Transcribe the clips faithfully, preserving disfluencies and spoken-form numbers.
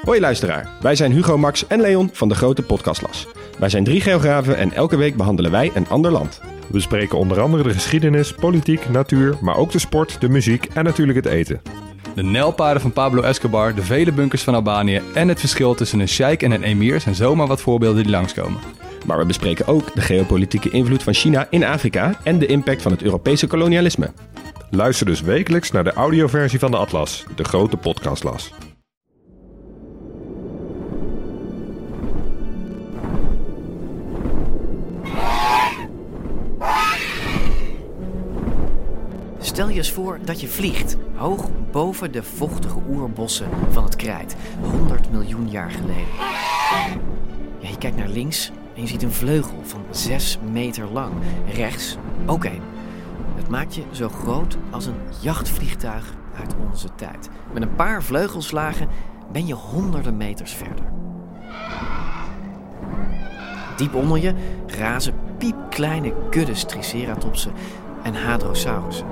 Hoi luisteraar, wij zijn Hugo, Max en Leon van de Grote Podcastlas. Wij zijn drie geografen en elke week behandelen wij een ander land. We bespreken onder andere de geschiedenis, politiek, natuur, maar ook de sport, de muziek en natuurlijk het eten. De nijlpaarden van Pablo Escobar, de vele bunkers van Albanië en het verschil tussen een sheik en een emir zijn zomaar wat voorbeelden die langskomen. Maar we bespreken ook de geopolitieke invloed van China in Afrika en de impact van het Europese kolonialisme. Luister dus wekelijks naar de audioversie van de Atlas, de Grote Podcastlas. Stel je eens voor dat je vliegt, hoog boven de vochtige oerbossen van het Krijt, honderd miljoen jaar geleden. Ja, je kijkt naar links en je ziet een vleugel van zes meter lang. Rechts ook één. Het maakt je zo groot als een jachtvliegtuig uit onze tijd. Met een paar vleugelslagen ben je honderden meters verder. Diep onder je grazen piepkleine kuddes triceratopsen en hadrosaurussen.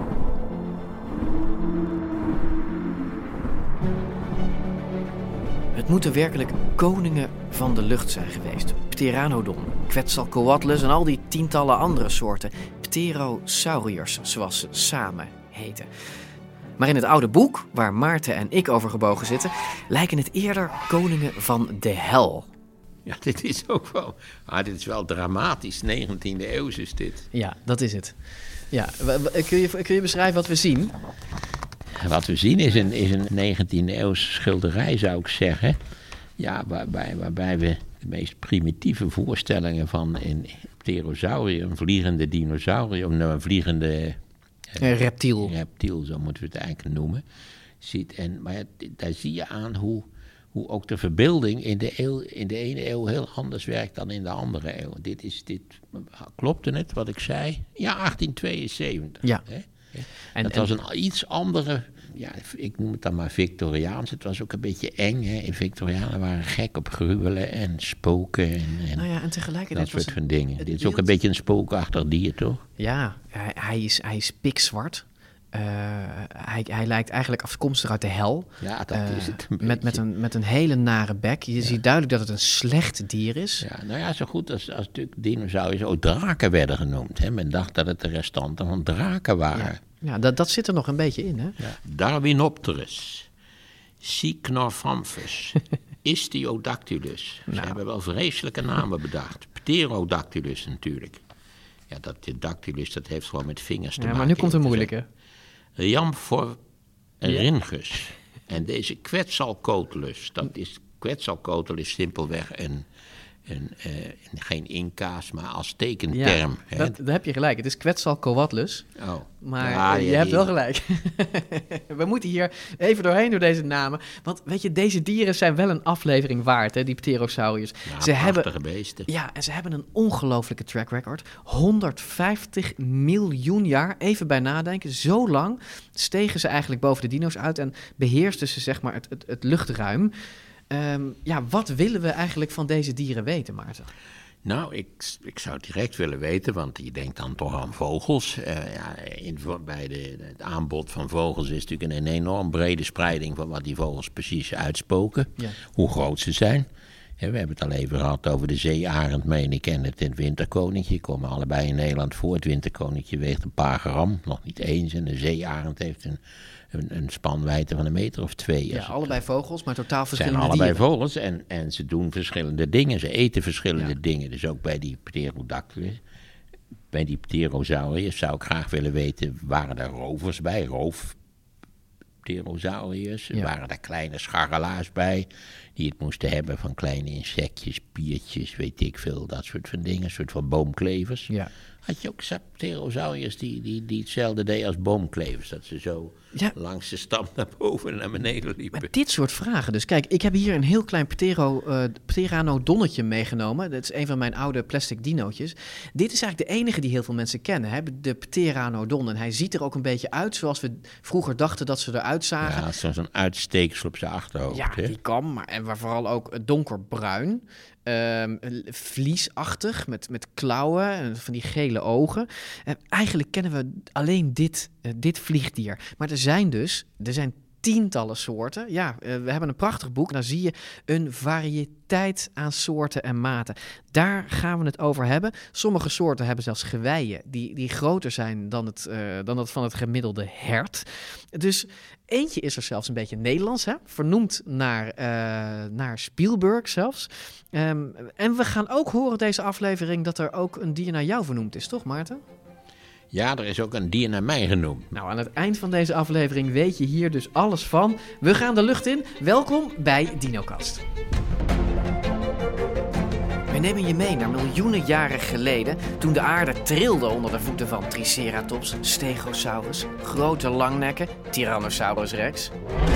Het moeten werkelijk koningen van de lucht zijn geweest. Pteranodon, Quetzalcoatlus en al die tientallen andere soorten pterosauriërs, zoals ze samen heten. Maar in het oude boek, waar Maarten en ik over gebogen zitten, lijken het eerder koningen van de hel. Ja, dit is ook wel... Ah, dit is wel dramatisch. negentiende eeuw is dit. Ja, dat is het. Ja, kun je, kun je beschrijven wat we zien? Wat we zien is een, is een negentiende eeuwse schilderij, zou ik zeggen. Ja, waarbij, waarbij we de meest primitieve voorstellingen van een pterosaurier, een vliegende dinosaurier, of een vliegende... Een reptiel. Reptiel, zo moeten we het eigenlijk noemen. Ziet. En, maar ja, daar zie je aan hoe... hoe ook de verbeelding in de, eeuw, in de ene eeuw heel anders werkt dan in de andere eeuw. Dit is, dit, klopte het wat ik zei? Ja, achttien tweeënzeventig. Ja. Hè? En, dat was een iets andere, ja, ik noem het dan maar Victoriaans. Het was ook een beetje eng. Hè? In Victorianen waren gek op gruwelen en spoken en, en, nou ja, en tegelijkertijd dat soort van het, dingen. Het Dit is beeld... ook een beetje een spookachtig dier, toch? Ja, hij, hij, is, hij is pikzwart. Uh, hij, hij lijkt eigenlijk afkomstig uit de hel. Ja, dat uh, is het een met, met, een, met een hele nare bek. Je ja. ziet duidelijk dat het een slecht dier is. Ja, nou ja, zo goed als, als natuurlijk dinosauriërs ook draken werden genoemd. Hè. Men dacht dat het de restanten van draken waren. Ja, ja dat, dat zit er nog een beetje in, hè? Ja. Darwinopterus, Cycnorhamphus, Istiodactylus. Ze nou. hebben wel vreselijke namen bedacht. Pterodactylus natuurlijk. Ja, dat dactylus, dat heeft gewoon met vingers te ja, maken. Maar nu komt een moeilijke. Jamphorhynchus. Ja. En deze Quetzalcoatlus, dat is, Quetzalcoatl is simpelweg een, een, uh, geen Inca's, maar als tekenterm. Ja, dat, daar heb je gelijk. Het is Quetzalcoatlus. Oh. Maar ja, je ja, hebt die... wel gelijk. We moeten hier even doorheen door deze namen. Want weet je, deze dieren zijn wel een aflevering waard, hè, die pterosauriërs. Ja, ze hebben beesten. Ja, en ze hebben een ongelofelijke track record. honderdvijftig miljoen jaar, even bij nadenken. Zo lang stegen ze eigenlijk boven de dino's uit en beheersten ze zeg maar het, het, het luchtruim. Um, ja, wat willen we eigenlijk van deze dieren weten, Maarten? Nou, ik, ik zou het direct willen weten, want je denkt dan toch aan vogels. Uh, ja, in, bij de, het aanbod van vogels is natuurlijk een enorm brede spreiding van wat die vogels precies uitspoken. Ja. Hoe groot ze zijn. Ja, we hebben het al even gehad over de zeearend, meen ik, en het, het winterkoninkje. Die komen allebei in Nederland voor. Het winterkoninkje weegt een paar gram, nog niet eens. En de zeearend heeft een, een, een spanwijdte van een meter of twee. Ja, allebei vogels, maar totaal verschillende dieren. Het zijn allebei dieren. vogels en, en ze doen verschillende dingen. Ze eten verschillende ja. dingen. Dus ook bij die Pterodactylus, bij die pterosauriërs zou ik graag willen weten, waren er rovers bij? Roof pterosauriërs? Ja. Waren er kleine scharrelaars bij die het moesten hebben van kleine insectjes, piertjes, weet ik veel, dat soort van dingen, een soort van boomklevers. Ja. Had je ook pterosauriërs die, die, die hetzelfde deden als boomklevers, dat ze zo ja. langs de stam naar boven en naar beneden liepen. Maar dit soort vragen dus. Kijk, ik heb hier een heel klein ptero, uh, pteranodonnetje meegenomen. Dat is een van mijn oude plastic dinootjes. Dit is eigenlijk de enige die heel veel mensen kennen, hè? De pteranodon. En hij ziet er ook een beetje uit zoals we vroeger dachten dat ze eruit zagen. Ja, zo'n zo'n uitsteeksel op zijn achterhoofd. Ja, hè? die kam, maar en vooral ook donkerbruin. Um, vliesachtig, met, met klauwen en van die gele ogen. Uh, eigenlijk kennen we alleen dit, uh, dit vliegdier. Maar er zijn dus er zijn tientallen soorten. Ja, uh, we hebben een prachtig boek. Daar zie je een variëteit aan soorten en maten. Daar gaan we het over hebben. Sommige soorten hebben zelfs geweien die, die groter zijn dan het, uh, dan dat van het gemiddelde hert. Dus eentje is er zelfs een beetje Nederlands, hè? Vernoemd naar, uh, naar Spielberg zelfs. Um, en we gaan ook horen deze aflevering dat er ook een dier naar jou vernoemd is, toch Maarten? Ja, er is ook een dier naar mij genoemd. Nou, aan het eind van deze aflevering weet je hier dus alles van. We gaan de lucht in. Welkom bij DinoCast. We nemen je mee naar miljoenen jaren geleden, toen de aarde trilde onder de voeten van Triceratops, Stegosaurus, grote langnekken, Tyrannosaurus rex.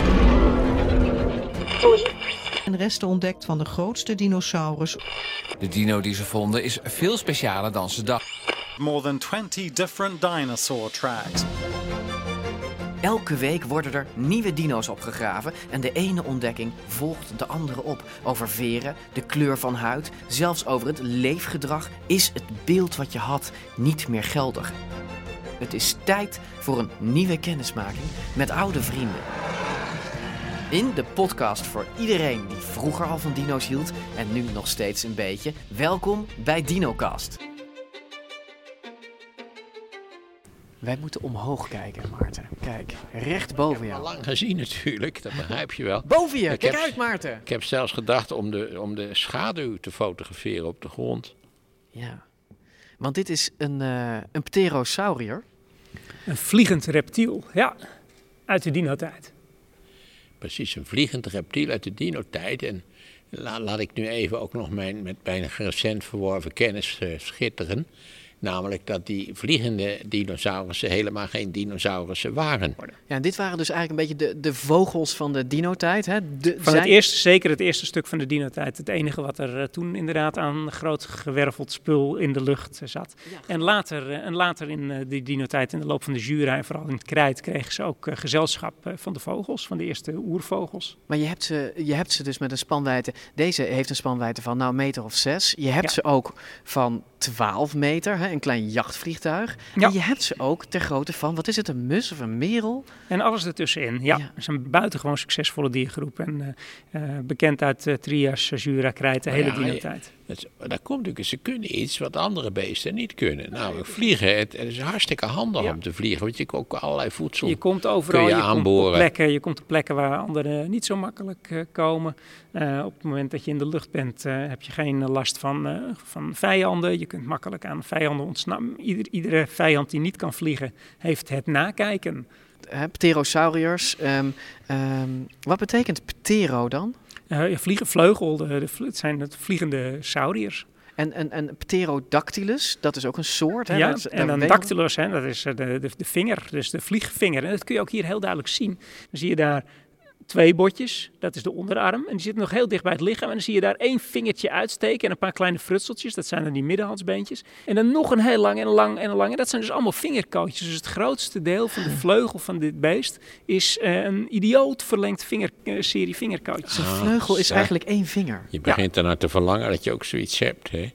En resten ontdekt van de grootste dinosaurus. De dino die ze vonden is veel specialer dan ze dachten. More than twenty different dinosaur tracks. Elke week worden er nieuwe dino's opgegraven en de ene ontdekking volgt de andere op. Over veren, de kleur van huid, zelfs over het leefgedrag is het beeld wat je had niet meer geldig. Het is tijd voor een nieuwe kennismaking met oude vrienden. In de podcast voor iedereen die vroeger al van dino's hield en nu nog steeds een beetje. Welkom bij DinoCast. Wij moeten omhoog kijken, Maarten. Kijk, recht boven jou. Al lang gezien natuurlijk, dat begrijp je wel. Boven je, Ik kijk heb- uit Maarten. Ik heb zelfs gedacht om de, om de schaduw te fotograferen op de grond. Ja, want dit is een, uh, een pterosaurier. Een vliegend reptiel, ja, uit de dino-tijd. Precies, een vliegend reptiel uit de dino-tijd. En la, laat ik nu even ook nog mijn, met mijn recent verworven kennis uh, schitteren. Namelijk dat die vliegende dinosaurussen helemaal geen dinosaurussen waren. Ja, en dit waren dus eigenlijk een beetje de, de vogels van de dino-tijd. Hè? De, Van zij- het eerste, zeker het eerste stuk van de dino-tijd. Het enige wat er uh, toen inderdaad aan groot gewerveld spul in de lucht uh, zat. Ja. En later, uh, en later in uh, die dino-tijd, in de loop van de Jura en vooral in het Krijt, kregen ze ook uh, gezelschap uh, van de vogels, van de eerste oervogels. Maar je hebt, ze, je hebt ze dus met een spanwijdte. Deze heeft een spanwijdte van nou, een meter of zes. Je hebt Ja. ze ook van twaalf meter, hè, een klein jachtvliegtuig. Ja. En je hebt ze ook ter grootte van, wat is het, een mus of een merel? En alles ertussenin. Ja, Ja. het is een buitengewoon succesvolle diergroep. En uh, uh, bekend uit uh, Trias, Jura, Krijt, de Maar hele ja, dino-tijd. Dat, daar komt natuurlijk, ze kunnen iets wat andere beesten niet kunnen. Namelijk vliegen. Het, het is hartstikke handig Ja. om te vliegen, want je kan ook allerlei voedsel. Je komt overal, kun je, je komt op aanboren. plekken, je komt op plekken waar anderen niet zo makkelijk uh, komen. Uh, op het moment dat je in de lucht bent, uh, heb je geen uh, last van, uh, van vijanden. Je kunt makkelijk aan vijanden ontsnappen. Ieder, iedere vijand die niet kan vliegen, heeft het nakijken. Hè, pterosauriërs. Um, um, wat betekent ptero dan? Uh, ja, vliegen, vleugel, de, de, het zijn het vliegende sauriërs. En, en, en pterodactylus, dat is ook een soort. Hè? Ja, Dat is- en daar dan weet ik- dactylus, hè, dat is uh, de, de, de vinger, dus de vliegvinger. En dat kun je ook hier heel duidelijk zien. Dan zie je daar twee botjes, dat is de onderarm. En die zitten nog heel dicht bij het lichaam. En dan zie je daar één vingertje uitsteken en een paar kleine frutseltjes. Dat zijn dan die middenhandsbeentjes. En dan nog een heel lang en een lang en een lang. En dat zijn dus allemaal vingerkootjes. Dus het grootste deel van de vleugel van dit beest is uh, een idioot verlengd vinger, uh, serie vingerkootjes. Zijn vleugel is zo. eigenlijk één vinger. Je begint ernaar te verlangen dat je ook zoiets hebt. Hè?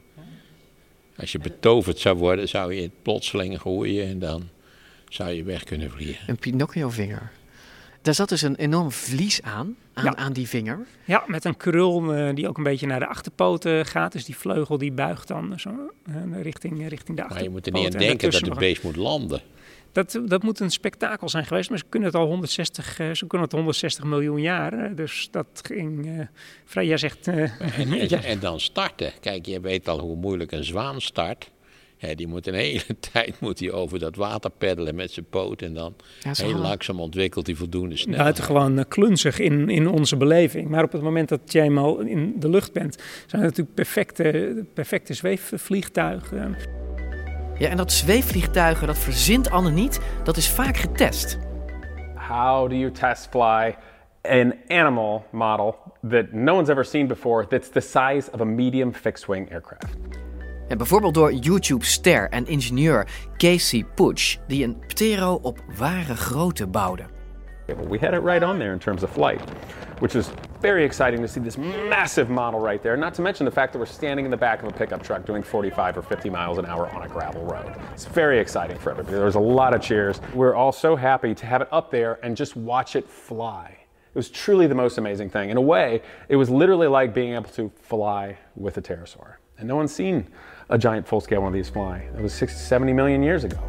Als je betoverd zou worden, zou je het plotseling groeien en dan zou je weg kunnen vliegen. Een Pinocchio-vinger. Daar zat dus een enorm vlies aan, aan, Ja. aan die vinger. Ja, met een krul uh, die ook een beetje naar de achterpoten gaat. Dus die vleugel die buigt dan zo uh, richting, uh, richting de achterpoten. Maar je moet er niet aan En denken dat daartussen het nog een- beest moet landen. Dat, dat moet een spektakel zijn geweest, maar ze kunnen het al honderdzestig, uh, ze kunnen het honderdzestig miljoen jaar. Uh, dus dat ging uh, vrij, jij zegt... Uh, En, en, ja, en dan starten. Kijk, je weet al hoe moeilijk een zwaan start. Hè, die moet een hele tijd moet hij over dat water peddelen met zijn poot. En dan Ja, ze heel hadden- langzaam ontwikkelt hij voldoende snelheid. buitengewoon uh, klunzig in, in onze beleving. Maar op het moment dat jij eenmaal in de lucht bent, zijn het natuurlijk perfecte, perfecte zweefvliegtuigen. Ja, en dat zweefvliegtuigen, dat verzint Anne niet. Dat is vaak getest. How do you test fly an animal model that no one's ever seen before that's the size of a medium fixed-wing aircraft? Ja, bijvoorbeeld door YouTube-ster en ingenieur Casey Pusch, die een ptero op ware grootte bouwde. Okay, well, we had it right on there in terms of flight. which is very exciting to see this massive model right there. Not to mention the fact that we're standing in the back of a pickup truck doing forty-five or fifty miles an hour on a gravel road. It's very exciting for everybody. There's a lot of cheers. We're all so happy to have it up there and just watch it fly. It was truly the most amazing thing. In a way, it was literally like being able to fly with a pterosaur. And no one's seen a giant full-scale one of these fly. That was sixty, seventy million years ago.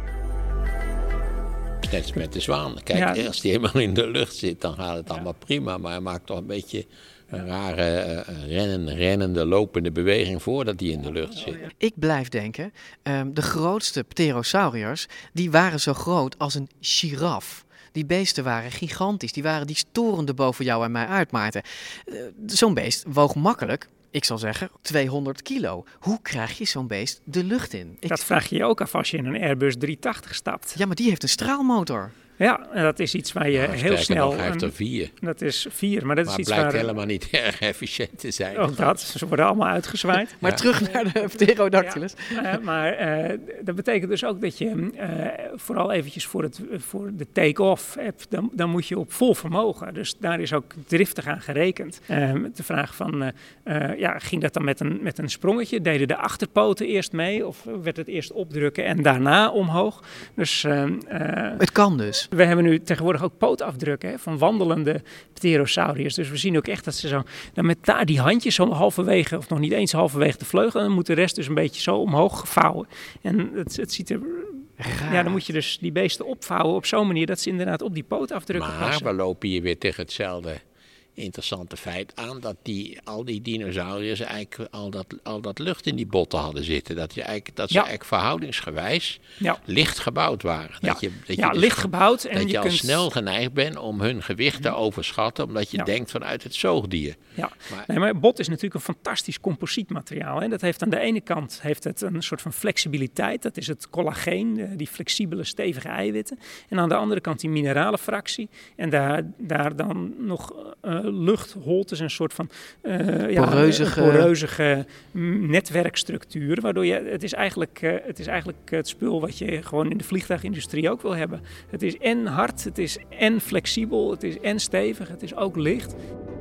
Net als met de zwaan. Kijk, ja. Als die helemaal in de lucht zit, dan gaat het allemaal ja. prima. Maar hij maakt toch een beetje een rare uh, rennen, rennende, lopende beweging voordat hij in de lucht zit. Ik blijf denken, um, de grootste pterosauriërs, die waren zo groot als een giraf. Die beesten waren gigantisch. Die waren die storende boven jou en mij uit, Maarten. Uh, zo'n beest woog makkelijk, ik zal zeggen, tweehonderd kilo. Hoe krijg je zo'n beest de lucht in? Ik... Dat vraag je je ook af als je in een Airbus driehonderdtachtig stapt. Ja, maar die heeft een straalmotor. Ja, en dat is iets waar je nou, heel snel... Nog, hij heeft er vier. Dat is vier, maar dat maar is iets blijkt waar... helemaal niet erg efficiënt te zijn. Ook dat, ze worden allemaal uitgezwaaid. Maar ja. terug naar de Pterodactylus. Ja, uh, maar uh, dat betekent dus ook dat je uh, vooral eventjes voor, het, voor de take-off hebt, dan, dan moet je op vol vermogen. Dus daar is ook driftig aan gerekend. Uh, de vraag van, uh, uh, ja, ging dat dan met een, met een sprongetje? Deden de achterpoten eerst mee? Of werd het eerst opdrukken en daarna omhoog? Dus, uh, uh, het kan dus. We hebben nu tegenwoordig ook pootafdrukken hè, van wandelende pterosauriërs. Dus we zien ook echt dat ze zo, dan met daar die handjes zo halverwege, of nog niet eens halverwege de vleugel, en dan moet de rest dus een beetje zo omhoog gevouwen. En het, het ziet er... Raar. Ja, dan moet je dus die beesten opvouwen op zo'n manier dat ze inderdaad op die pootafdrukken maar passen. Maar we lopen hier weer tegen hetzelfde interessante feit aan, dat die, al die dinosauriërs eigenlijk al dat, al dat lucht in die botten hadden zitten. Dat, je eigenlijk, dat ze ja. eigenlijk verhoudingsgewijs ja. licht gebouwd waren. Ja, dat je, dat ja je dus licht gebouwd. En dat je, je al kunt... snel geneigd bent om hun gewicht te overschatten, omdat je ja. denkt vanuit het zoogdier. Ja, maar, nee, maar bot is natuurlijk een fantastisch composietmateriaal. Hè. Dat heeft aan de ene kant heeft het een soort van flexibiliteit. Dat is het collageen, die flexibele, stevige eiwitten. En aan de andere kant die minerale fractie. En daar, daar dan nog uh, luchtholtes, een soort van uh, ja, poreuzige... poreuzige netwerkstructuur. Waardoor je, het is eigenlijk uh, het is eigenlijk het spul wat je gewoon in de vliegtuigindustrie ook wil hebben. Het is en hard, het is en flexibel, het is en stevig, het is ook licht.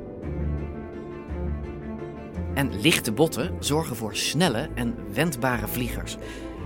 En lichte botten zorgen voor snelle en wendbare vliegers.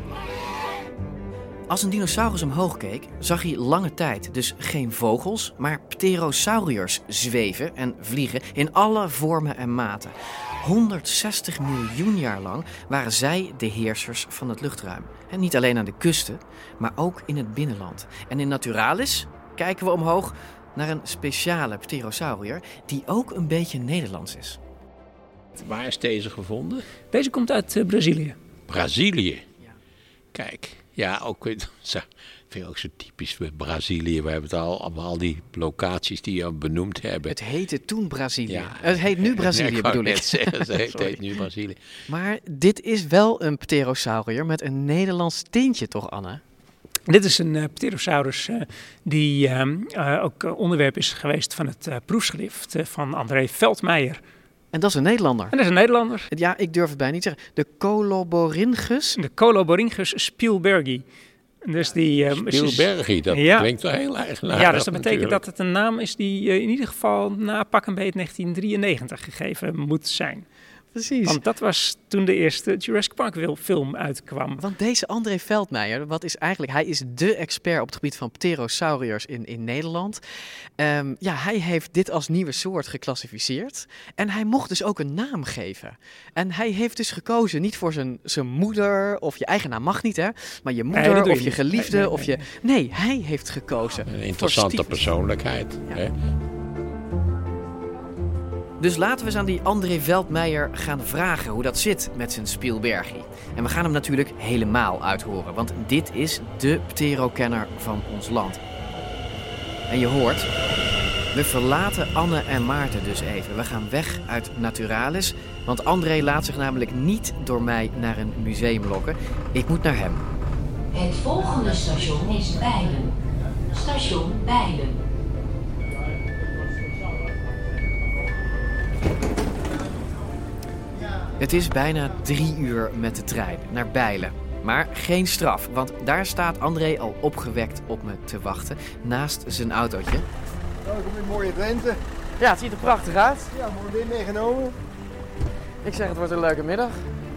Als een dinosaurus omhoog keek, zag hij lange tijd dus geen vogels, maar pterosauriërs zweven en vliegen in alle vormen en maten. honderdzestig miljoen jaar lang waren zij de heersers van het luchtruim. En niet alleen aan de kusten, maar ook in het binnenland. En in Naturalis kijken we omhoog naar een speciale pterosauriër die ook een beetje Nederlands is. Waar is deze gevonden? Deze komt uit uh, Brazilië. Brazilië? Ja. Kijk, ja, ook, zo, vind ik ook zo typisch met Brazilië. We hebben het al, allemaal al die locaties die je benoemd hebben. Het heette toen Brazilië. Ja. Het heet nu Brazilië, ja, bedoel ik. Net zeggen, het, heet, het heet nu Brazilië. Maar dit is wel een pterosauriër met een Nederlands tintje, toch, Anne? Dit is een uh, pterosaurus uh, die uh, uh, ook uh, onderwerp is geweest van het uh, proefschrift uh, van André Veldmeijer. En dat is een Nederlander. En dat is een Nederlander. Ja, ik durf het bijna niet te zeggen. De Coloborhynchus. De Coloborhynchus spielbergi. Dus die, uh, Spielbergi, dat ja. klinkt wel heel eigenaardig. Ja, dus dat betekent natuurlijk. Dat het een naam is die uh, in ieder geval na pak een beet negentien drieënnegentig gegeven moet zijn. Precies. Want dat was toen de eerste Jurassic Park film uitkwam. Want deze André Veldmeijer, wat is eigenlijk, hij is dé expert op het gebied van pterosauriërs in, in Nederland. Um, ja, hij heeft dit als nieuwe soort geclassificeerd. En hij mocht dus ook een naam geven. En hij heeft dus gekozen niet voor zijn, zijn moeder, of je eigen naam mag niet, hè. Maar je moeder, nee, of je, je geliefde, nee, nee, of je... Nee, hij heeft gekozen. Een interessante persoonlijkheid, ja. hè. Dus laten we eens aan die André Veldmeijer gaan vragen hoe dat zit met zijn Spielbergi. En we gaan hem natuurlijk helemaal uithoren, want dit is de pterokenner van ons land. En je hoort, we verlaten Anne en Maarten dus even. We gaan weg uit Naturalis, want André laat zich namelijk niet door mij naar een museum lokken. Ik moet naar hem. Het volgende station is Bijlen. Station Bijlen. Het is bijna drie uur met de trein naar Bijlen. Maar geen straf, want daar staat André al opgewekt op me te wachten, naast zijn autootje. Welkom in mooie Drenthe. Ja, het ziet er prachtig uit. Ja, mooi weer meegenomen. Ik zeg, het wordt een leuke middag.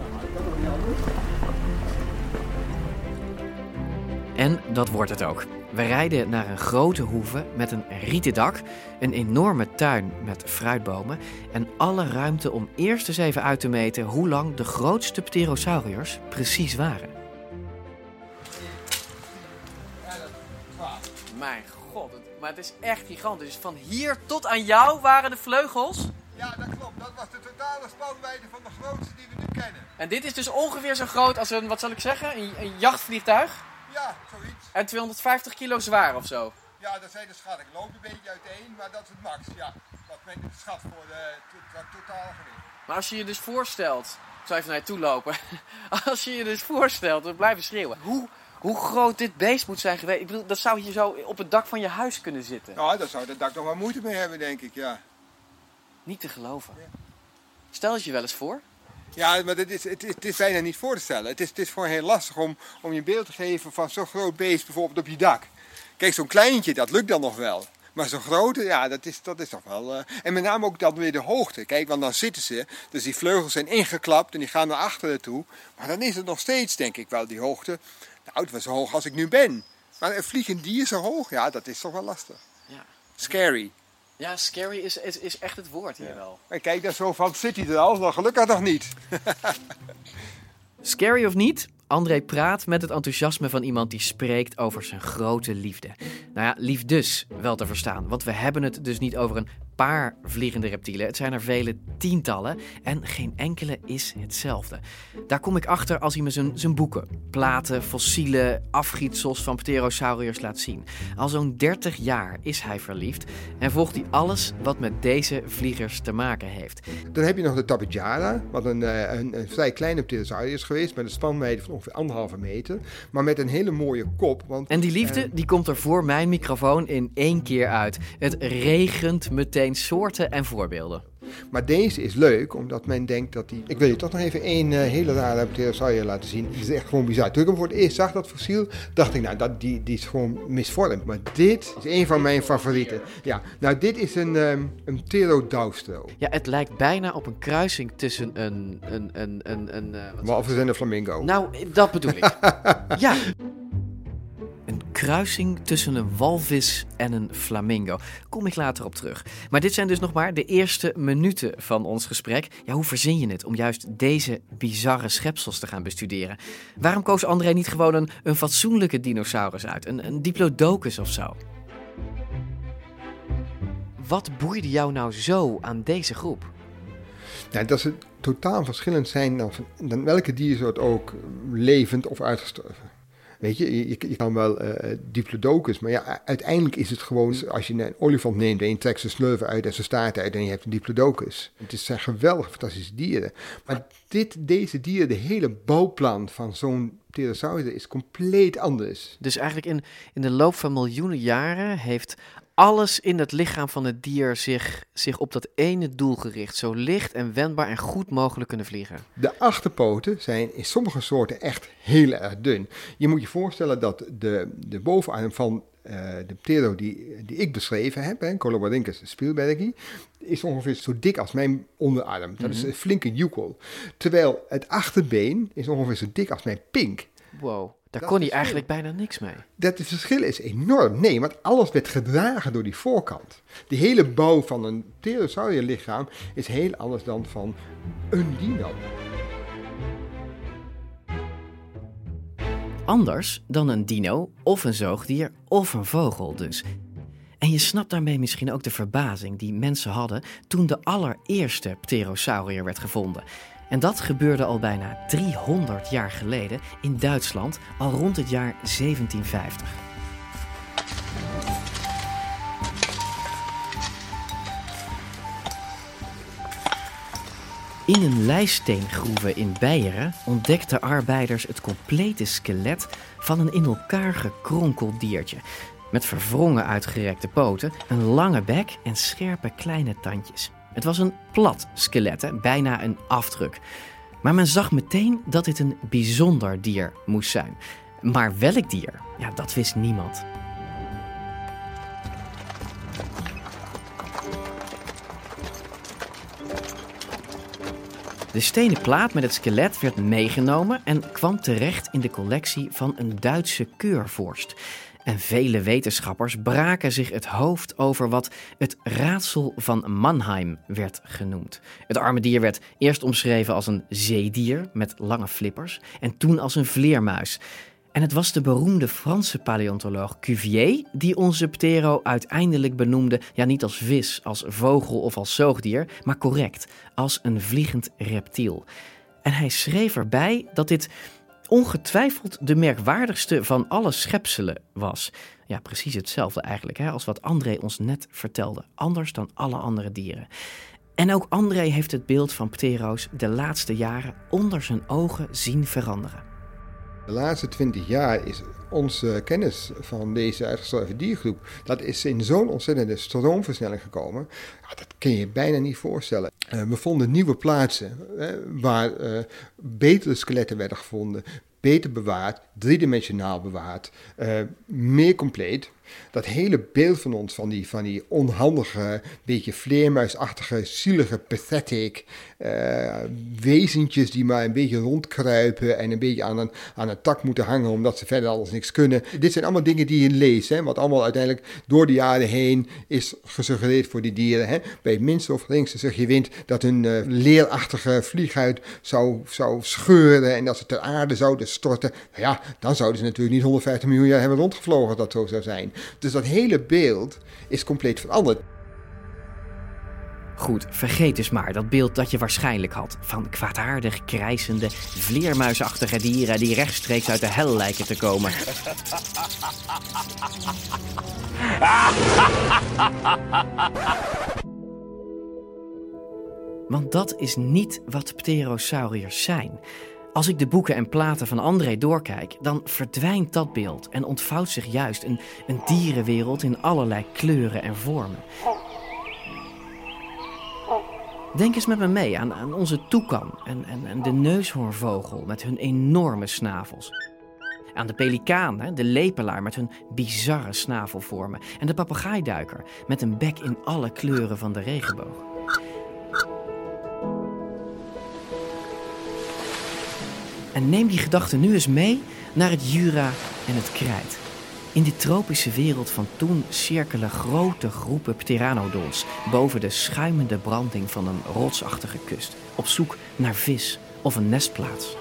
En dat wordt het ook. We rijden naar een grote hoeve met een rieten dak, een enorme tuin met fruitbomen en alle ruimte om eerst eens even uit te meten hoe lang de grootste pterosauriërs precies waren. Mijn god, het, maar het is echt gigantisch. Dus van hier tot aan jou waren de vleugels? Ja, dat klopt. Dat was de totale spanwijdte van de grootste die we nu kennen. En dit is dus ongeveer zo groot als een, wat zal ik zeggen, een, een jachtvliegtuig? Ja, zoiets. En tweehonderdvijftig kilo zwaar of zo? Ja, dat zijn de schatten. Ik loop een beetje uiteen, maar dat is het max. Ja, wat men schat voor de to- to- totale gewicht. Maar als je je dus voorstelt, ik zal even naar je toe lopen. Als je je dus voorstelt, we blijven schreeuwen. Hoe, hoe groot dit beest moet zijn geweest. Ik bedoel, dat zou hier zo op het dak van je huis kunnen zitten. Nou, daar zou het dak nog wel moeite mee hebben, denk ik, ja. Niet te geloven. Stel het je wel eens voor. Ja, maar het is, het, is, het is bijna niet voor te stellen. Het is, het is gewoon heel lastig om, om je een beeld te geven van zo'n groot beest bijvoorbeeld op je dak. Kijk, zo'n kleintje, dat lukt dan nog wel. Maar zo'n grote, ja, dat is, dat is toch wel... Uh... En met name ook dan weer de hoogte. Kijk, want dan zitten ze, dus die vleugels zijn ingeklapt en die gaan naar achteren toe. Maar dan is het nog steeds, denk ik wel, die hoogte. Nou, het was zo hoog als ik nu ben. Maar een vliegend dier zo hoog, ja, dat is toch wel lastig. Ja. Scary. Ja, scary is, is, is echt het woord hier ja. wel. En kijk, dat zo van, zit hij er al? Nou, gelukkig nog niet. Scary of niet? André praat met het enthousiasme van iemand die spreekt over zijn grote liefde. Nou ja, liefdes wel te verstaan, want we hebben het dus niet over een paar vliegende reptielen. Het zijn er vele tientallen en geen enkele is hetzelfde. Daar kom ik achter als hij me zijn, zijn boeken, platen, fossielen, afgietsels van pterosauriërs laat zien. Al zo'n dertig jaar is hij verliefd en volgt hij alles wat met deze vliegers te maken heeft. Dan heb je nog de Tapejara, wat een, een, een vrij kleine pterosaurus geweest met een spanwijdte van ongeveer anderhalve meter, maar met een hele mooie kop. Want, en die liefde, die komt er voor mijn microfoon in één keer uit. Het regent meteen soorten en voorbeelden. Maar deze is leuk, omdat men denkt dat die... Ik wil je toch nog even één uh, hele rare pterosaurier laten zien. Die is echt gewoon bizar. Toen ik hem voor het eerst zag, dat fossiel, dacht ik, nou, dat, die, die is gewoon misvormd. Maar dit is een van mijn favorieten. Ja, nou, dit is een, um, een pterodaustro. Ja, het lijkt bijna op een kruising tussen een... een, een, een, een uh, walvis en een flamingo. Nou, dat bedoel ik. Ja. Een kruising tussen een walvis en een flamingo. Kom ik later op terug. Maar dit zijn dus nog maar de eerste minuten van ons gesprek. Ja, hoe verzin je het om juist deze bizarre schepsels te gaan bestuderen? Waarom koos André niet gewoon een, een fatsoenlijke dinosaurus uit? Een, een diplodocus of zo? Wat boeide jou nou zo aan deze groep? Nou, dat ze totaal verschillend zijn dan, dan welke diersoort ook, levend of uitgestorven. Weet je, je, je kan wel uh, diplodocus, maar ja, uiteindelijk is het gewoon... Als je een olifant neemt en je trekt zijn slurven uit en zijn staart uit en je hebt een diplodocus. Het zijn geweldige, fantastische dieren. Maar dit, deze dieren, de hele bouwplan van zo'n pterosaurus is compleet anders. Dus eigenlijk in, in de loop van miljoenen jaren heeft... alles in het lichaam van het dier zich, zich op dat ene doel gericht. Zo licht en wendbaar en goed mogelijk kunnen vliegen. De achterpoten zijn in sommige soorten echt heel erg dun. Je moet je voorstellen dat de, de bovenarm van uh, de ptero die, die ik beschreven heb, hè, Colobordinus spielbergi, is ongeveer zo dik als mijn onderarm. Dat mm-hmm. is een flinke joekel. Terwijl het achterbeen is ongeveer zo dik als mijn pink. Wow. Daar kon hij eigenlijk bijna niks mee. Dat het verschil is enorm. Nee, want alles werd gedragen door die voorkant. Die hele bouw van een pterosaurier lichaam is heel anders dan van een dino. Anders dan een dino of een zoogdier of een vogel dus. En je snapt daarmee misschien ook de verbazing die mensen hadden toen de allereerste pterosaurier werd gevonden. En dat gebeurde al bijna driehonderd jaar geleden in Duitsland, al rond het jaar zeventien vijftig. In een lijsteengroeve in Beieren ontdekten arbeiders het complete skelet van een in elkaar gekronkeld diertje. Met verwrongen uitgerekte poten, een lange bek en scherpe kleine tandjes. Het was een plat skelet, hè? Bijna een afdruk. Maar men zag meteen dat dit een bijzonder dier moest zijn. Maar welk dier? Ja, dat wist niemand. De stenen plaat met het skelet werd meegenomen en kwam terecht in de collectie van een Duitse keurvorst. En vele wetenschappers braken zich het hoofd over wat het raadsel van Mannheim werd genoemd. Het arme dier werd eerst omschreven als een zeedier met lange flippers en toen als een vleermuis. En het was de beroemde Franse paleontoloog Cuvier die onze Ptero uiteindelijk benoemde, ja niet als vis, als vogel of als zoogdier, maar correct, als een vliegend reptiel. En hij schreef erbij dat dit ongetwijfeld de merkwaardigste van alle schepselen was. Ja, precies hetzelfde eigenlijk, hè, als wat André ons net vertelde. Anders dan alle andere dieren. En ook André heeft het beeld van Ptero's de laatste jaren onder zijn ogen zien veranderen. De laatste twintig jaar is onze kennis van deze uitgestorven diergroep, dat is in zo'n ontzettende stroomversnelling gekomen. Ja, dat kun je je bijna niet voorstellen. Uh, we vonden nieuwe plaatsen uh, waar uh, betere skeletten werden gevonden, beter bewaard, driedimensionaal bewaard, uh, meer compleet. Dat hele beeld van ons, van die, van die onhandige, beetje vleermuisachtige, zielige, pathetic uh, wezentjes die maar een beetje rondkruipen en een beetje aan een, aan een tak moeten hangen omdat ze verder alles niks kunnen. Dit zijn allemaal dingen die je leest, hè, wat allemaal uiteindelijk door de jaren heen is gesuggereerd voor die dieren. Hè. Bij het minste of geringste zeg je wind dat hun uh, leerachtige vlieghuid zou, zou scheuren en dat ze ter aarde zouden storten. Nou ja, dan zouden ze natuurlijk niet honderdvijftig miljoen jaar hebben rondgevlogen als dat zo zou zijn. Dus dat hele beeld is compleet veranderd. Goed, vergeet dus maar dat beeld dat je waarschijnlijk had van kwaadaardig krijsende, vleermuisachtige dieren die rechtstreeks uit de hel lijken te komen. Want dat is niet wat pterosauriërs zijn. Als ik de boeken en platen van André doorkijk, dan verdwijnt dat beeld en ontvouwt zich juist een, een dierenwereld in allerlei kleuren en vormen. Denk eens met me mee aan, aan onze toekan en, en, en de neushoornvogel met hun enorme snavels. Aan de pelikaan, de lepelaar met hun bizarre snavelvormen. En de papegaaiduiker met een bek in alle kleuren van de regenboog. En neem die gedachte nu eens mee naar het Jura en het Krijt. In die tropische wereld van toen cirkelen grote groepen pteranodons boven de schuimende branding van een rotsachtige kust, op zoek naar vis of een nestplaats.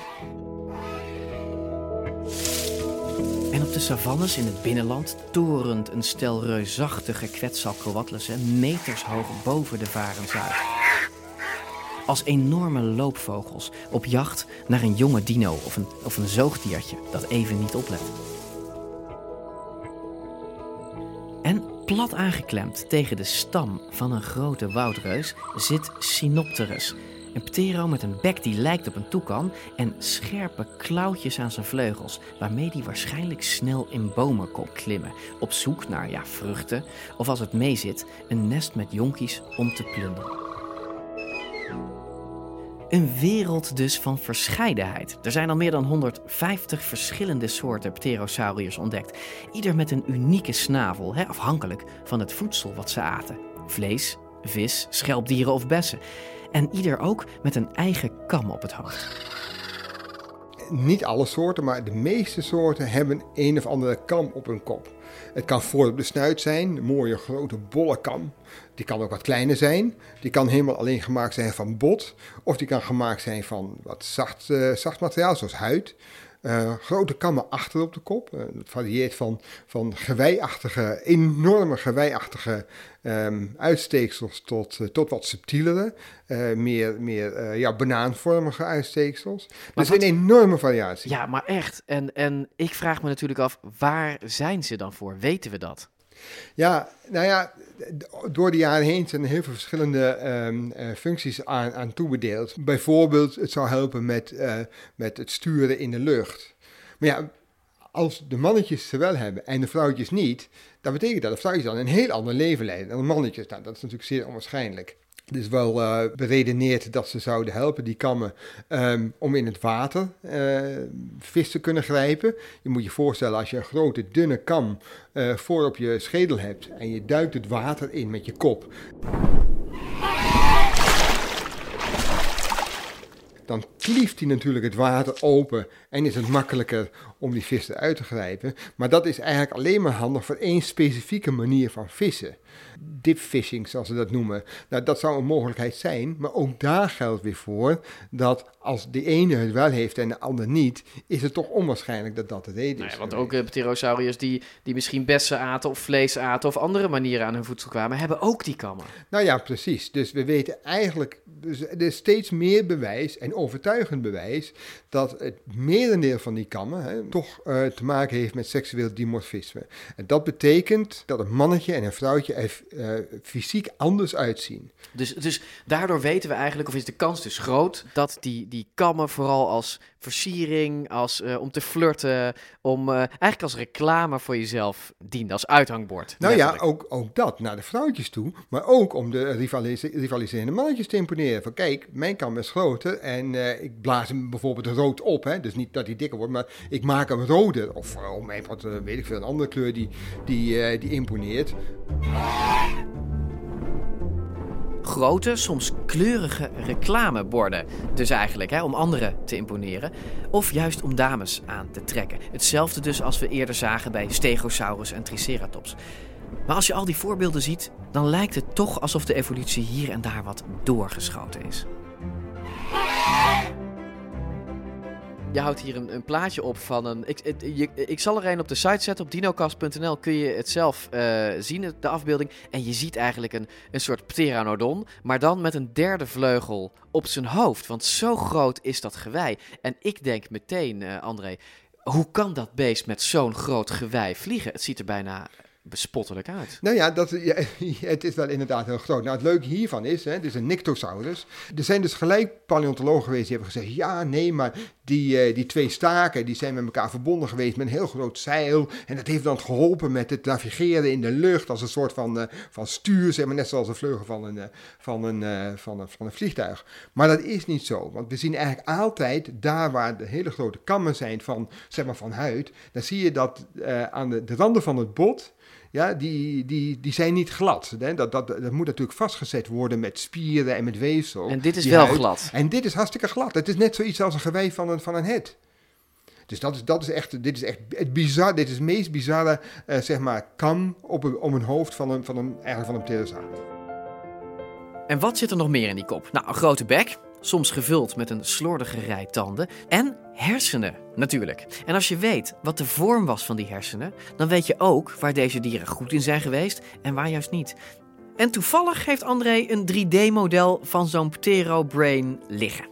En op de savannes in het binnenland torent een stel reusachtige Quetzalcoatlussen meters hoog boven de varens uit. Als enorme loopvogels op jacht naar een jonge dino of een, of een zoogdiertje dat even niet oplet. En plat aangeklemd tegen de stam van een grote woudreus zit Sinopterus. Een ptero met een bek die lijkt op een toekan en scherpe klauwtjes aan zijn vleugels, waarmee hij waarschijnlijk snel in bomen kon klimmen, op zoek naar ja, vruchten of als het meezit, een nest met jonkies om te plunderen. Een wereld dus van verscheidenheid. Er zijn al meer dan honderdvijftig verschillende soorten pterosauriërs ontdekt. Ieder met een unieke snavel, hè, afhankelijk van het voedsel wat ze aten. Vlees, vis, schelpdieren of bessen. En ieder ook met een eigen kam op het hoofd. Niet alle soorten, maar de meeste soorten hebben een of andere kam op hun kop. Het kan voor op de snuit zijn, een mooie grote bolle kam. Die kan ook wat kleiner zijn. Die kan helemaal alleen gemaakt zijn van bot. Of die kan gemaakt zijn van wat zacht, uh, zacht materiaal, zoals huid. Uh, grote kammen achter op de kop. Uh, dat varieert van, van geweiachtige, enorme geweiachtige um, uitsteeksels tot, uh, tot wat subtielere, uh, meer, meer uh, ja, banaanvormige uitsteeksels. Maar dus wat... een enorme variatie. Ja, maar echt. En, en ik vraag me natuurlijk af, waar zijn ze dan voor? Weten we dat? Ja, nou ja, door de jaren heen zijn er heel veel verschillende um, uh, functies aan, aan toebedeeld. Bijvoorbeeld, het zou helpen met, uh, met het sturen in de lucht. Maar ja, als de mannetjes ze wel hebben en de vrouwtjes niet, dan betekent dat de vrouwtjes dan een heel ander leven leiden dan de mannetjes. Nou, dat is natuurlijk zeer onwaarschijnlijk. Het is wel uh, beredeneerd dat ze zouden helpen, die kammen, um, om in het water uh, vis te kunnen grijpen. Je moet je voorstellen, als je een grote, dunne kam uh, voor op je schedel hebt en je duikt het water in met je kop. dan klieft hij natuurlijk het water open en is het makkelijker om die vis eruit te grijpen. Maar dat is eigenlijk alleen maar handig voor één specifieke manier van vissen. Dipfishing, zoals ze dat noemen. Nou, dat zou een mogelijkheid zijn, maar ook daar geldt weer voor dat als de ene het wel heeft en de ander niet, is het toch onwaarschijnlijk dat dat de reden is. Nou ja, want ook uh, pterosauriërs die, die misschien bessen aten of vlees aten of andere manieren aan hun voedsel kwamen, hebben ook die kammen. Nou ja, precies. Dus we weten eigenlijk, dus er is steeds meer bewijs en overtuigend bewijs dat het merendeel van die kammen hè, toch uh, te maken heeft met seksueel dimorfisme. En dat betekent dat een mannetje en een vrouwtje er uh, fysiek anders uitzien. Dus, dus daardoor weten we eigenlijk, of is de kans dus groot, dat die, die kammen vooral als versiering, als uh, om te flirten, om uh, eigenlijk als reclame voor jezelf dienen, als uithangbord. Nou letterlijk. ja, ook, ook dat naar de vrouwtjes toe, maar ook om de rivalise- rivaliserende mannetjes te imponeren. Van kijk, mijn kam is groter en uh, ik blaas hem bijvoorbeeld rood op. Hè? Dus niet dat hij dikker wordt, maar ik maak hem roder. Of uh, om even wat, uh, weet ik veel, een andere kleur die, die, uh, die imponeert. Grote, soms kleurige reclameborden. Dus eigenlijk hè, om anderen te imponeren. Of juist om dames aan te trekken. Hetzelfde dus als we eerder zagen bij Stegosaurus en Triceratops. Maar als je al die voorbeelden ziet, dan lijkt het toch alsof de evolutie hier en daar wat doorgeschoten is. Je houdt hier een, een plaatje op van een... Ik, het, je, ik zal er een op de site zetten. Op dinocast punt n l kun je het zelf uh, zien, de afbeelding. En je ziet eigenlijk een, een soort pteranodon, maar dan met een derde vleugel op zijn hoofd. Want zo groot is dat gewei. En ik denk meteen, uh, André, hoe kan dat beest met zo'n groot gewei vliegen? Het ziet er bijna bespottelijk uit. Nou ja, dat, ja, het is wel inderdaad heel groot. Nou, het leuke hiervan is, hè, het is een Nyctosaurus. Er zijn dus gelijk paleontologen geweest die hebben gezegd, ja, nee, maar die, uh, die twee staken, die zijn met elkaar verbonden geweest met een heel groot zeil. En dat heeft dan geholpen met het navigeren in de lucht als een soort van, uh, van stuur, zeg maar, net zoals de vleugel van een, uh, van, een, uh, van, een, van een vliegtuig. Maar dat is niet zo, want we zien eigenlijk altijd daar waar de hele grote kammen zijn van, zeg maar, van huid, dan zie je dat uh, aan de, de randen van het bot, ja, die, die, die zijn niet glad. Hè? Dat, dat, dat moet natuurlijk vastgezet worden met spieren en met weefsel. En dit is wel huid. glad. En dit is hartstikke glad. Het is net zoiets als een gewei van een, van een het. Dus dat is, dat is echt, dit is echt het bizar, dit is het meest bizarre, uh, zeg maar, kam op een, op een hoofd van een, van een, eigenlijk van een pterosaurus. En wat zit er nog meer in die kop? Nou, een grote bek, soms gevuld met een slordige rij tanden en hersenen, natuurlijk. En als je weet wat de vorm was van die hersenen, dan weet je ook waar deze dieren goed in zijn geweest en waar juist niet. En toevallig heeft André een drie D-model van zo'n pterobrain liggen.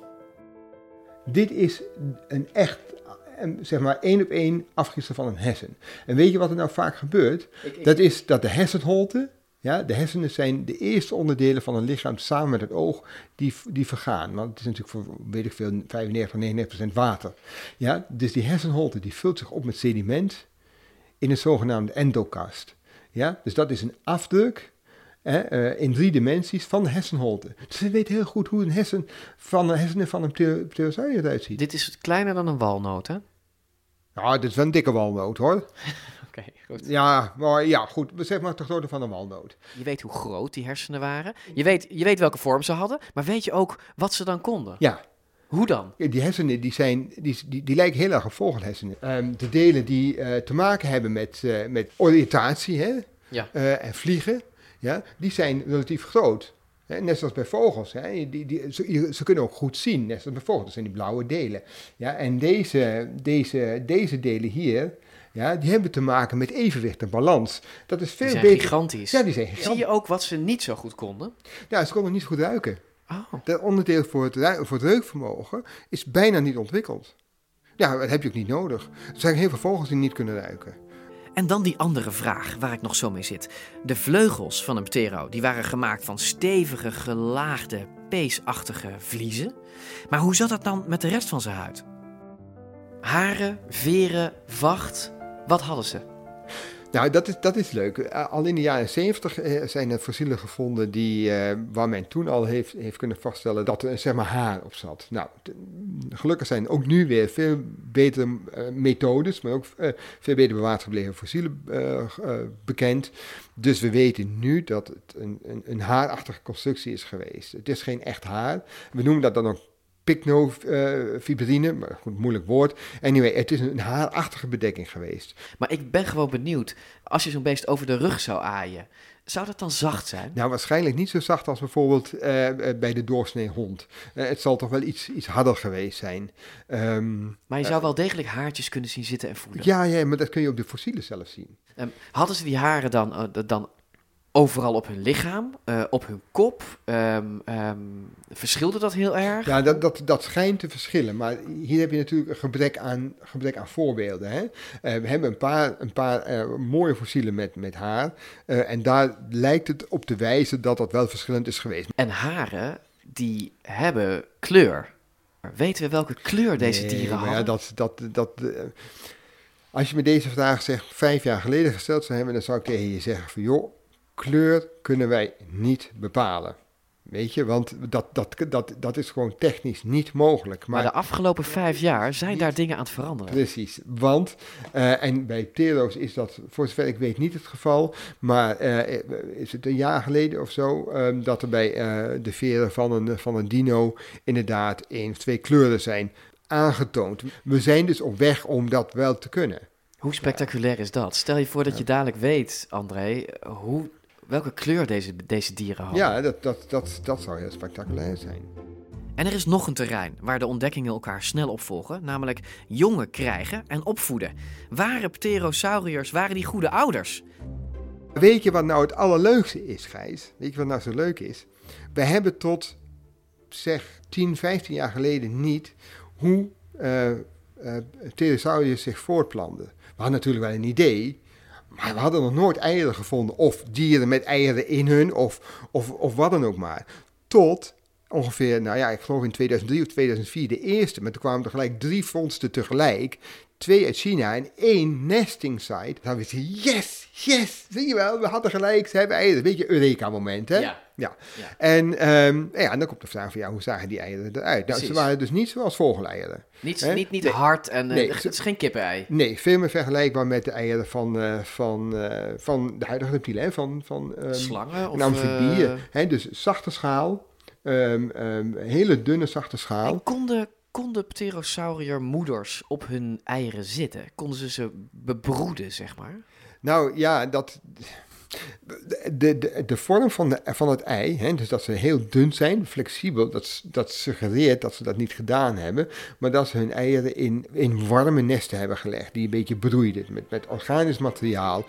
Dit is een echt, zeg maar, één op één afgietsel van een hersen. En weet je wat er nou vaak gebeurt? Ik, ik... Dat is dat de hersenholte, ja, de hersenen zijn de eerste onderdelen van een lichaam samen met het oog die, die vergaan. Want het is natuurlijk voor, weet ik veel, vijfennegentig tot negenennegentig procent water. Ja, dus die hersenholte die vult zich op met sediment in een zogenaamde endokast. Ja, dus dat is een afdruk hè, uh, in drie dimensies van de hersenholte. Dus we weten heel goed hoe een hersen van een hersenen van een pterosaurus eruit ziet. Dit is kleiner dan een walnoot, hè? Nou, dit is wel een dikke walnoot, hoor. Oké, okay, goed. Ja, maar ja, goed. Zeg maar de grootte van een walnoot. Je weet hoe groot die hersenen waren. Je weet, je weet welke vorm ze hadden. Maar weet je ook wat ze dan konden? Ja. Hoe dan? Ja, die hersenen die zijn, die, die, die lijken heel erg op vogelhersenen. Um, de delen die uh, te maken hebben met, uh, met oriëntatie hè? Ja. Uh, en vliegen, ja, die zijn relatief groot. Hè? Net zoals bij vogels. Hè? Die, die, ze, ze kunnen ook goed zien, net zoals bij vogels. Dat zijn die blauwe delen. Ja? En deze, deze, deze delen hier, ja, die hebben te maken met evenwicht en balans. Dat is veel die zijn beter. gigantisch. Ja, die zijn gigantisch. Zie je ook wat ze niet zo goed konden? Ja, ze konden niet goed ruiken. Oh. Dat onderdeel voor het, ru- voor het reukvermogen is bijna niet ontwikkeld. Ja, dat heb je ook niet nodig. Er zijn heel veel vogels die niet kunnen ruiken. En dan die andere vraag waar ik nog zo mee zit. De vleugels van een ptero die waren gemaakt van stevige, gelaagde, peesachtige vliezen. Maar hoe zat dat dan met de rest van zijn huid? Haren, veren, vacht, wat hadden ze? Nou, dat is, dat is leuk. Al in de jaren zeventig zijn er fossielen gevonden die, uh, waar men toen al heeft, heeft kunnen vaststellen dat er zeg maar haar op zat. Nou, t- gelukkig zijn ook nu weer veel betere uh, methodes, maar ook uh, veel beter bewaard gebleven fossielen uh, uh, bekend. Dus we weten nu dat het een, een, een haarachtige constructie is geweest. Het is geen echt haar. We noemen dat dan ook pycnofibrine, maar goed, moeilijk woord. Anyway, het is een haarachtige bedekking geweest. Maar ik ben gewoon benieuwd, als je zo'n beest over de rug zou aaien, zou dat dan zacht zijn? Nou, waarschijnlijk niet zo zacht als bijvoorbeeld uh, bij de doorsnee hond. Uh, het zal toch wel iets, iets harder geweest zijn. Um, maar je zou uh, wel degelijk haartjes kunnen zien zitten en voelen. Ja, ja, maar dat kun je op de fossielen zelf zien. Um, hadden ze die haren dan, uh, dan overal op hun lichaam, uh, op hun kop? Um, um, verschilde dat heel erg? Ja, dat, dat, dat schijnt te verschillen. Maar hier heb je natuurlijk een gebrek aan, gebrek aan voorbeelden. Hè? Uh, we hebben een paar, een paar uh, mooie fossielen met, met haar. Uh, en daar lijkt het op te wijzen dat dat wel verschillend is geweest. En haren, die hebben kleur. Weten we welke kleur deze nee, dieren hadden? Ja, dat... dat, dat uh, als je me deze vraag zegt, vijf jaar geleden gesteld zou hebben, dan zou ik tegen je zeggen van joh, kleur kunnen wij niet bepalen. Weet je, want dat, dat, dat, dat is gewoon technisch niet mogelijk. Maar, maar de afgelopen vijf jaar zijn niet, daar dingen aan het veranderen. Precies, want, uh, en bij ptero's is dat voor zover ik weet niet het geval, maar uh, is het een jaar geleden of zo, um, dat er bij uh, de veren van een, van een dino inderdaad één of twee kleuren zijn aangetoond. We zijn dus op weg om dat wel te kunnen. Hoe spectaculair is dat? Stel je voor dat je dadelijk weet, André, hoe, welke kleur deze, deze dieren hadden. Ja, dat, dat, dat, dat zou heel spectaculair zijn. En er is nog een terrein waar de ontdekkingen elkaar snel opvolgen, namelijk jongen krijgen en opvoeden. Waren pterosauriërs, waren die goede ouders? Weet je wat nou het allerleukste is, Gijs? Weet je wat nou zo leuk is? We hebben tot, zeg, tien, vijftien jaar geleden niet hoe uh, uh, pterosauriërs zich voortplanten. We hadden natuurlijk wel een idee, maar we hadden nog nooit eieren gevonden. Of dieren met eieren in hun, of, of, of wat dan ook maar. Tot ongeveer, nou ja, ik geloof in tweeduizend drie of tweeduizend vier de eerste. Maar toen kwamen er gelijk drie vondsten tegelijk. Twee uit China en één nesting site. Dan we zeggen, yes, yes, zie je wel, we hadden gelijk, ze hebben eieren. Een beetje een Eureka-moment, hè? Ja. ja. ja. En, um, ja, en dan komt de vraag van, ja, hoe zagen die eieren eruit? Nou, ze waren dus niet zoals vogeleieren. Niet, niet, niet nee. hard en uh, nee, het is geen kippenei. Nee, veel meer vergelijkbaar met de eieren van, uh, van, uh, van de huidige reptielen, hè? Van, van um, slangen of amfibieën. Uh... Hè? Dus zachte schaal, um, um, hele dunne zachte schaal. En konden... Konden pterosauriërmoeders op hun eieren zitten? Konden ze ze bebroeden, zeg maar? Nou ja, dat, de, de, de vorm van, de, van het ei, hè, dus dat ze heel dun zijn, flexibel, dat, dat suggereert dat ze dat niet gedaan hebben, maar dat ze hun eieren in, in warme nesten hebben gelegd, die een beetje broeiden met, met organisch materiaal.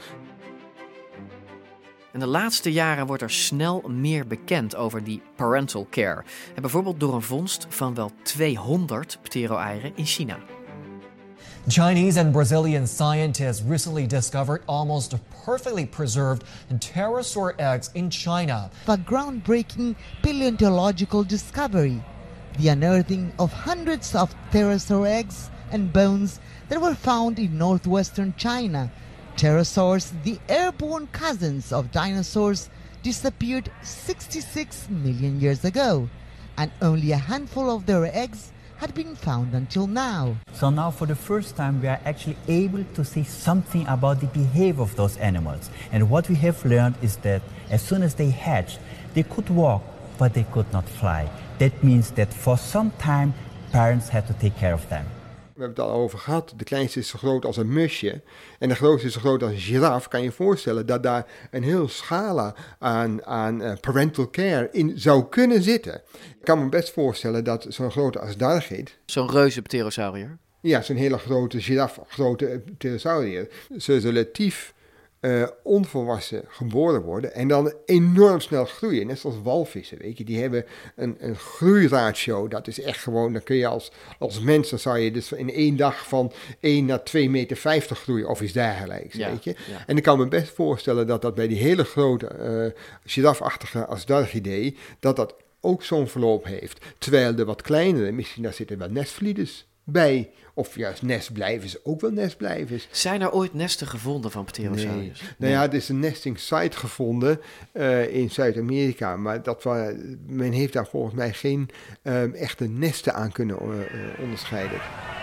En de laatste jaren wordt er snel meer bekend over die parental care. En bijvoorbeeld door een vondst van wel tweehonderd ptero-eieren in China. Chinese and Brazilian scientists recently discovered almost perfectly preserved pterosaur eggs in China. A groundbreaking paleontological discovery. The unearthing of hundreds of pterosaur eggs and bones that were found in northwestern China. Pterosaurs, the airborne cousins of dinosaurs, disappeared sixty-six million years ago, and only a handful of their eggs had been found until now. So now for the first time we are actually able to see something about the behavior of those animals. And what we have learned is that as soon as they hatched, they could walk, but they could not fly. That means that for some time parents had to take care of them. We hebben het al over gehad. De kleinste is zo groot als een musje. En de grootste is zo groot als een giraf. Kan je je voorstellen dat daar een heel scala aan, aan uh, parental care in zou kunnen zitten. Ik kan me best voorstellen dat zo'n grote asdargid... Zo'n reuze pterosaurier? Ja, zo'n hele grote giraf, grote pterosaurier. Ze relatief uh, onvolwassen geboren worden en dan enorm snel groeien. Net zoals walvissen, weet je. Die hebben een, een groeiratio. Dat is echt gewoon, dan kun je als, als mens, dan zou je dus in één dag van één naar twee meter vijftig groeien of iets dergelijks, ja, weet je. Ja. En ik kan me best voorstellen dat dat bij die hele grote uh, girafachtige Asdargidae, dat dat ook zo'n verloop heeft. Terwijl de wat kleinere, misschien daar zitten wel nestvlieders bij, of juist nestblijvers, ook wel nestblijvers. Zijn er ooit nesten gevonden van pterosauriërs? Nee. Nou ja, er is een nesting site gevonden uh, in Zuid-Amerika, maar dat wa- men heeft daar volgens mij geen um, echte nesten aan kunnen uh, uh, onderscheiden.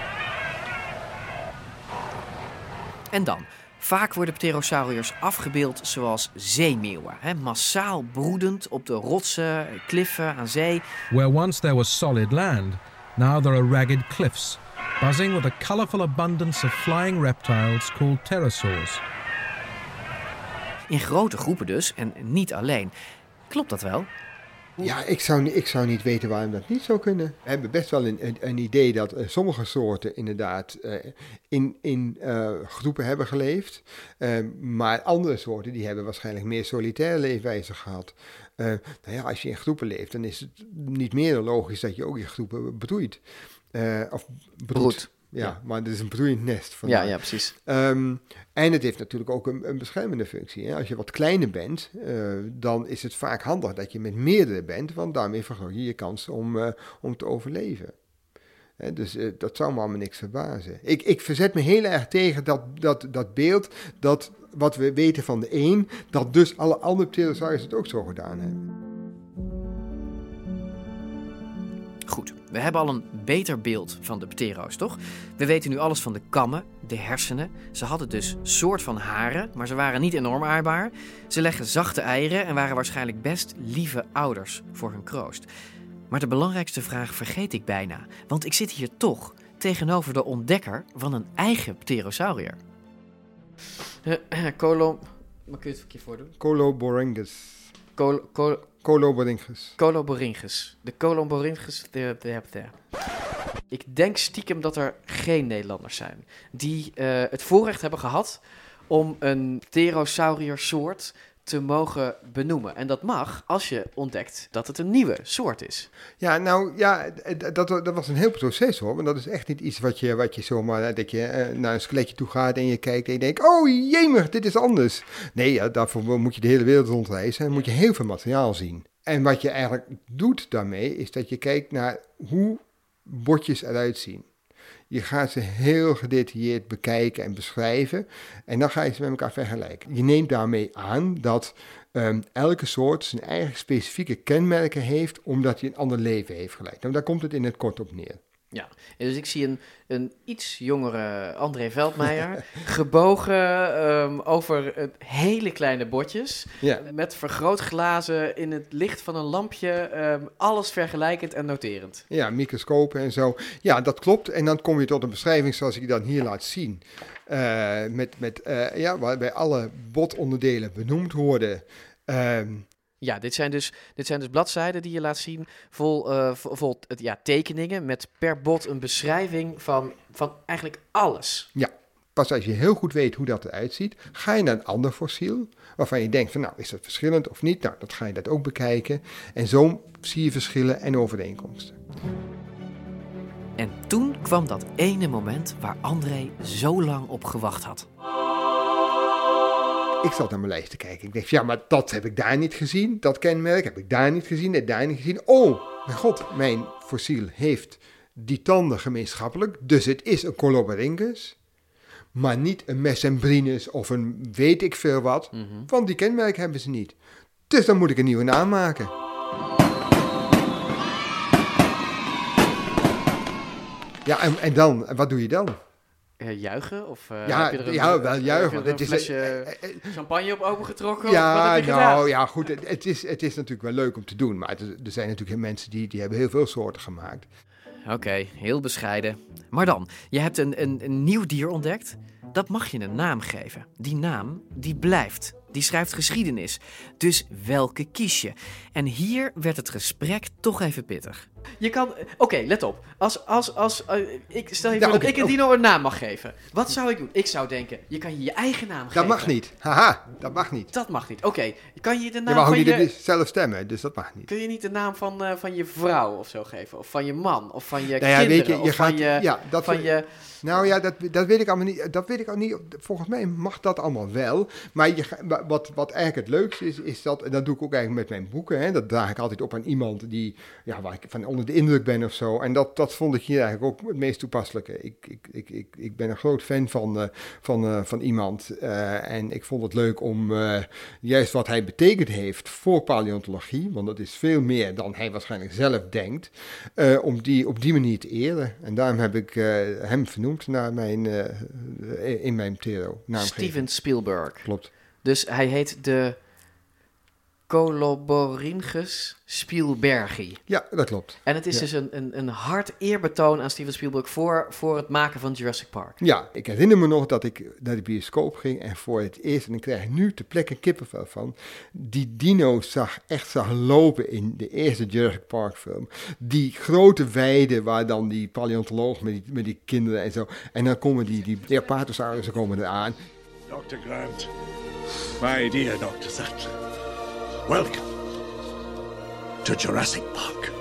En dan? Vaak worden pterosauriërs afgebeeld zoals zeemeeuwen, hè? Massaal broedend op de rotsen, kliffen aan zee. Where once there was solid land, Now there are ragged cliffs, buzzing with a colourful abundance of flying reptiles called pterosaurs. In grote groepen dus, en niet alleen. Klopt dat wel? Ja, ik zou, ik zou niet weten waarom dat niet zou kunnen. We hebben best wel een, een, een idee dat uh, sommige soorten inderdaad uh, in, in uh, groepen hebben geleefd. Uh, maar andere soorten die hebben waarschijnlijk meer solitaire leefwijze gehad. Uh, nou ja, als je in groepen leeft, dan is het niet meer dan logisch dat je ook in groepen broeit. Uh, of broedt. Ja, ja, maar het is een broeiend nest. Ja, ja, precies. Um, en het heeft natuurlijk ook een, een beschermende functie. Hè? Als je wat kleiner bent, uh, dan is het vaak handig dat je met meerdere bent, want daarmee vergroot je je kans om, uh, om te overleven. Hè? Dus uh, dat zou me allemaal niks verbazen. Ik, ik verzet me heel erg tegen dat, dat, dat beeld, dat wat we weten van de een, dat dus alle andere pterosauriërs het ook zo gedaan hebben. Goed, we hebben al een beter beeld van de ptero's, toch? We weten nu alles van de kammen, de hersenen. Ze hadden dus soort van haren, maar ze waren niet enorm aardbaar. Ze leggen zachte eieren en waren waarschijnlijk best lieve ouders voor hun kroost. Maar de belangrijkste vraag vergeet ik bijna, want ik zit hier toch tegenover de ontdekker van een eigen pterosaurier. Uh, Colo... Maar kun je het een keer voordoen? Coloborhynchus. Col... Col... Coloborhynchus. Coloborhynchus. De Coloborhynchus. De, de, de. Ik denk stiekem dat er geen Nederlanders zijn die uh, het voorrecht hebben gehad om een pterosauriersoort te mogen benoemen. En dat mag als je ontdekt dat het een nieuwe soort is. Ja, nou ja, dat, dat was een heel proces hoor. Want dat is echt niet iets wat je, wat je zomaar, dat je uh, naar een skeletje toe gaat en je kijkt en je denkt, oh jemig, dit is anders. Nee, ja, daarvoor moet je de hele wereld rondreizen en moet je heel veel materiaal zien. En wat je eigenlijk doet daarmee, is dat je kijkt naar hoe botjes eruit zien. Je gaat ze heel gedetailleerd bekijken en beschrijven. En dan ga je ze met elkaar vergelijken. Je neemt daarmee aan dat um, elke soort zijn eigen specifieke kenmerken heeft, omdat hij een ander leven heeft geleid. Nou, daar komt het in het kort op neer. Ja, dus ik zie een, een iets jongere André Veldmeijer, gebogen um, over uh, hele kleine botjes, ja. Met vergrootglazen in het licht van een lampje, um, alles vergelijkend en noterend. Ja, microscopen en zo. Ja, dat klopt. En dan kom je tot een beschrijving zoals ik dan hier laat zien. Uh, met, met, uh, ja, waarbij alle botonderdelen benoemd worden. Um, Ja, dit zijn, dus, dit zijn dus bladzijden die je laat zien vol, uh, vol, vol ja, tekeningen met per bot een beschrijving van, van eigenlijk alles. Ja, pas als je heel goed weet hoe dat eruit ziet, ga je naar een ander fossiel waarvan je denkt van nou, is dat verschillend of niet? Nou, dan ga je dat ook bekijken en zo zie je verschillen en overeenkomsten. En toen kwam dat ene moment waar André zo lang op gewacht had. Ik zat naar mijn lijst te kijken. Ik dacht, ja, maar dat heb ik daar niet gezien. Dat kenmerk heb ik daar niet gezien en daar niet gezien. Oh, mijn god, mijn fossiel heeft die tanden gemeenschappelijk. Dus het is een Coloborhynchus. Maar niet een Mesembrinus of een weet ik veel wat. Mm-hmm. Want die kenmerken hebben ze niet. Dus dan moet ik een nieuwe naam maken. Ja, en, en dan? Wat doe je dan? Uh, juichen? Of uh, ja, heb je er een, ja, wel juichen. Heb je er een het flesje is, uh, uh, champagne op opengetrokken? Ja, of wat heb je nou gedaan? ja, goed. Het, het, is, het is natuurlijk wel leuk om te doen. Maar het, er zijn natuurlijk mensen die, die hebben heel veel soorten gemaakt. Oké, okay, heel bescheiden. Maar dan, je hebt een, een, een nieuw dier ontdekt. Dat mag je een naam geven. Die naam, die blijft. Die schrijft geschiedenis. Dus welke kies je? En hier werd het gesprek toch even pittig. Je kan... Oké, okay, let op. Als, als, als, uh, ik, stel je ja, voor okay, dat ik een dino een naam mag geven. Wat zou ik doen? Ik zou denken, je kan je je eigen naam geven. Dat mag niet. Haha, dat mag niet. Dat mag niet. Oké, okay. Kan je de naam je mag van ook je... niet zelf stemmen, dus dat mag niet. Kun je niet de naam van, uh, van je vrouw of zo geven? Of van je man? Of van je nou ja, kinderen? Weet je, je of gaat, van je... Ja, dat van je nou ja, dat, dat weet ik allemaal niet. Dat weet ik al niet. Volgens mij mag dat allemaal wel. Maar je, wat, wat eigenlijk het leukste is, is dat... En dat doe ik ook eigenlijk met mijn boeken. Hè, dat draag ik altijd op aan iemand die, ja, waar ik van onder de indruk ben of zo. En dat, dat vond ik hier eigenlijk ook het meest toepasselijke. Ik, ik, ik, ik, ik ben een groot fan van, uh, van, uh, van iemand. Uh, en ik vond het leuk om uh, juist wat hij betekend heeft voor paleontologie. Want dat is veel meer dan hij waarschijnlijk zelf denkt. Uh, om die op die manier te eren. En daarom heb ik uh, hem vernoemd naar mijn, uh, in mijn ptero naamgeving. Steven Spielberg. Klopt. Dus hij heet de Coloborhynchus spielberghi. Ja, dat klopt. En het is ja. dus een, een, een hard eerbetoon aan Steven Spielberg voor, voor het maken van Jurassic Park. Ja, ik herinner me nog dat ik naar de bioscoop ging en voor het eerst, en ik krijg nu ter plekke kippenvel van, die dino's zag, echt zag lopen in de eerste Jurassic Park film. Die grote weide waar dan die paleontoloog met die, met die kinderen en zo, en dan komen die, die Apatosaurussen komen eraan. doctor Grant, my dear doctor Sattler, welcome to Jurassic Park.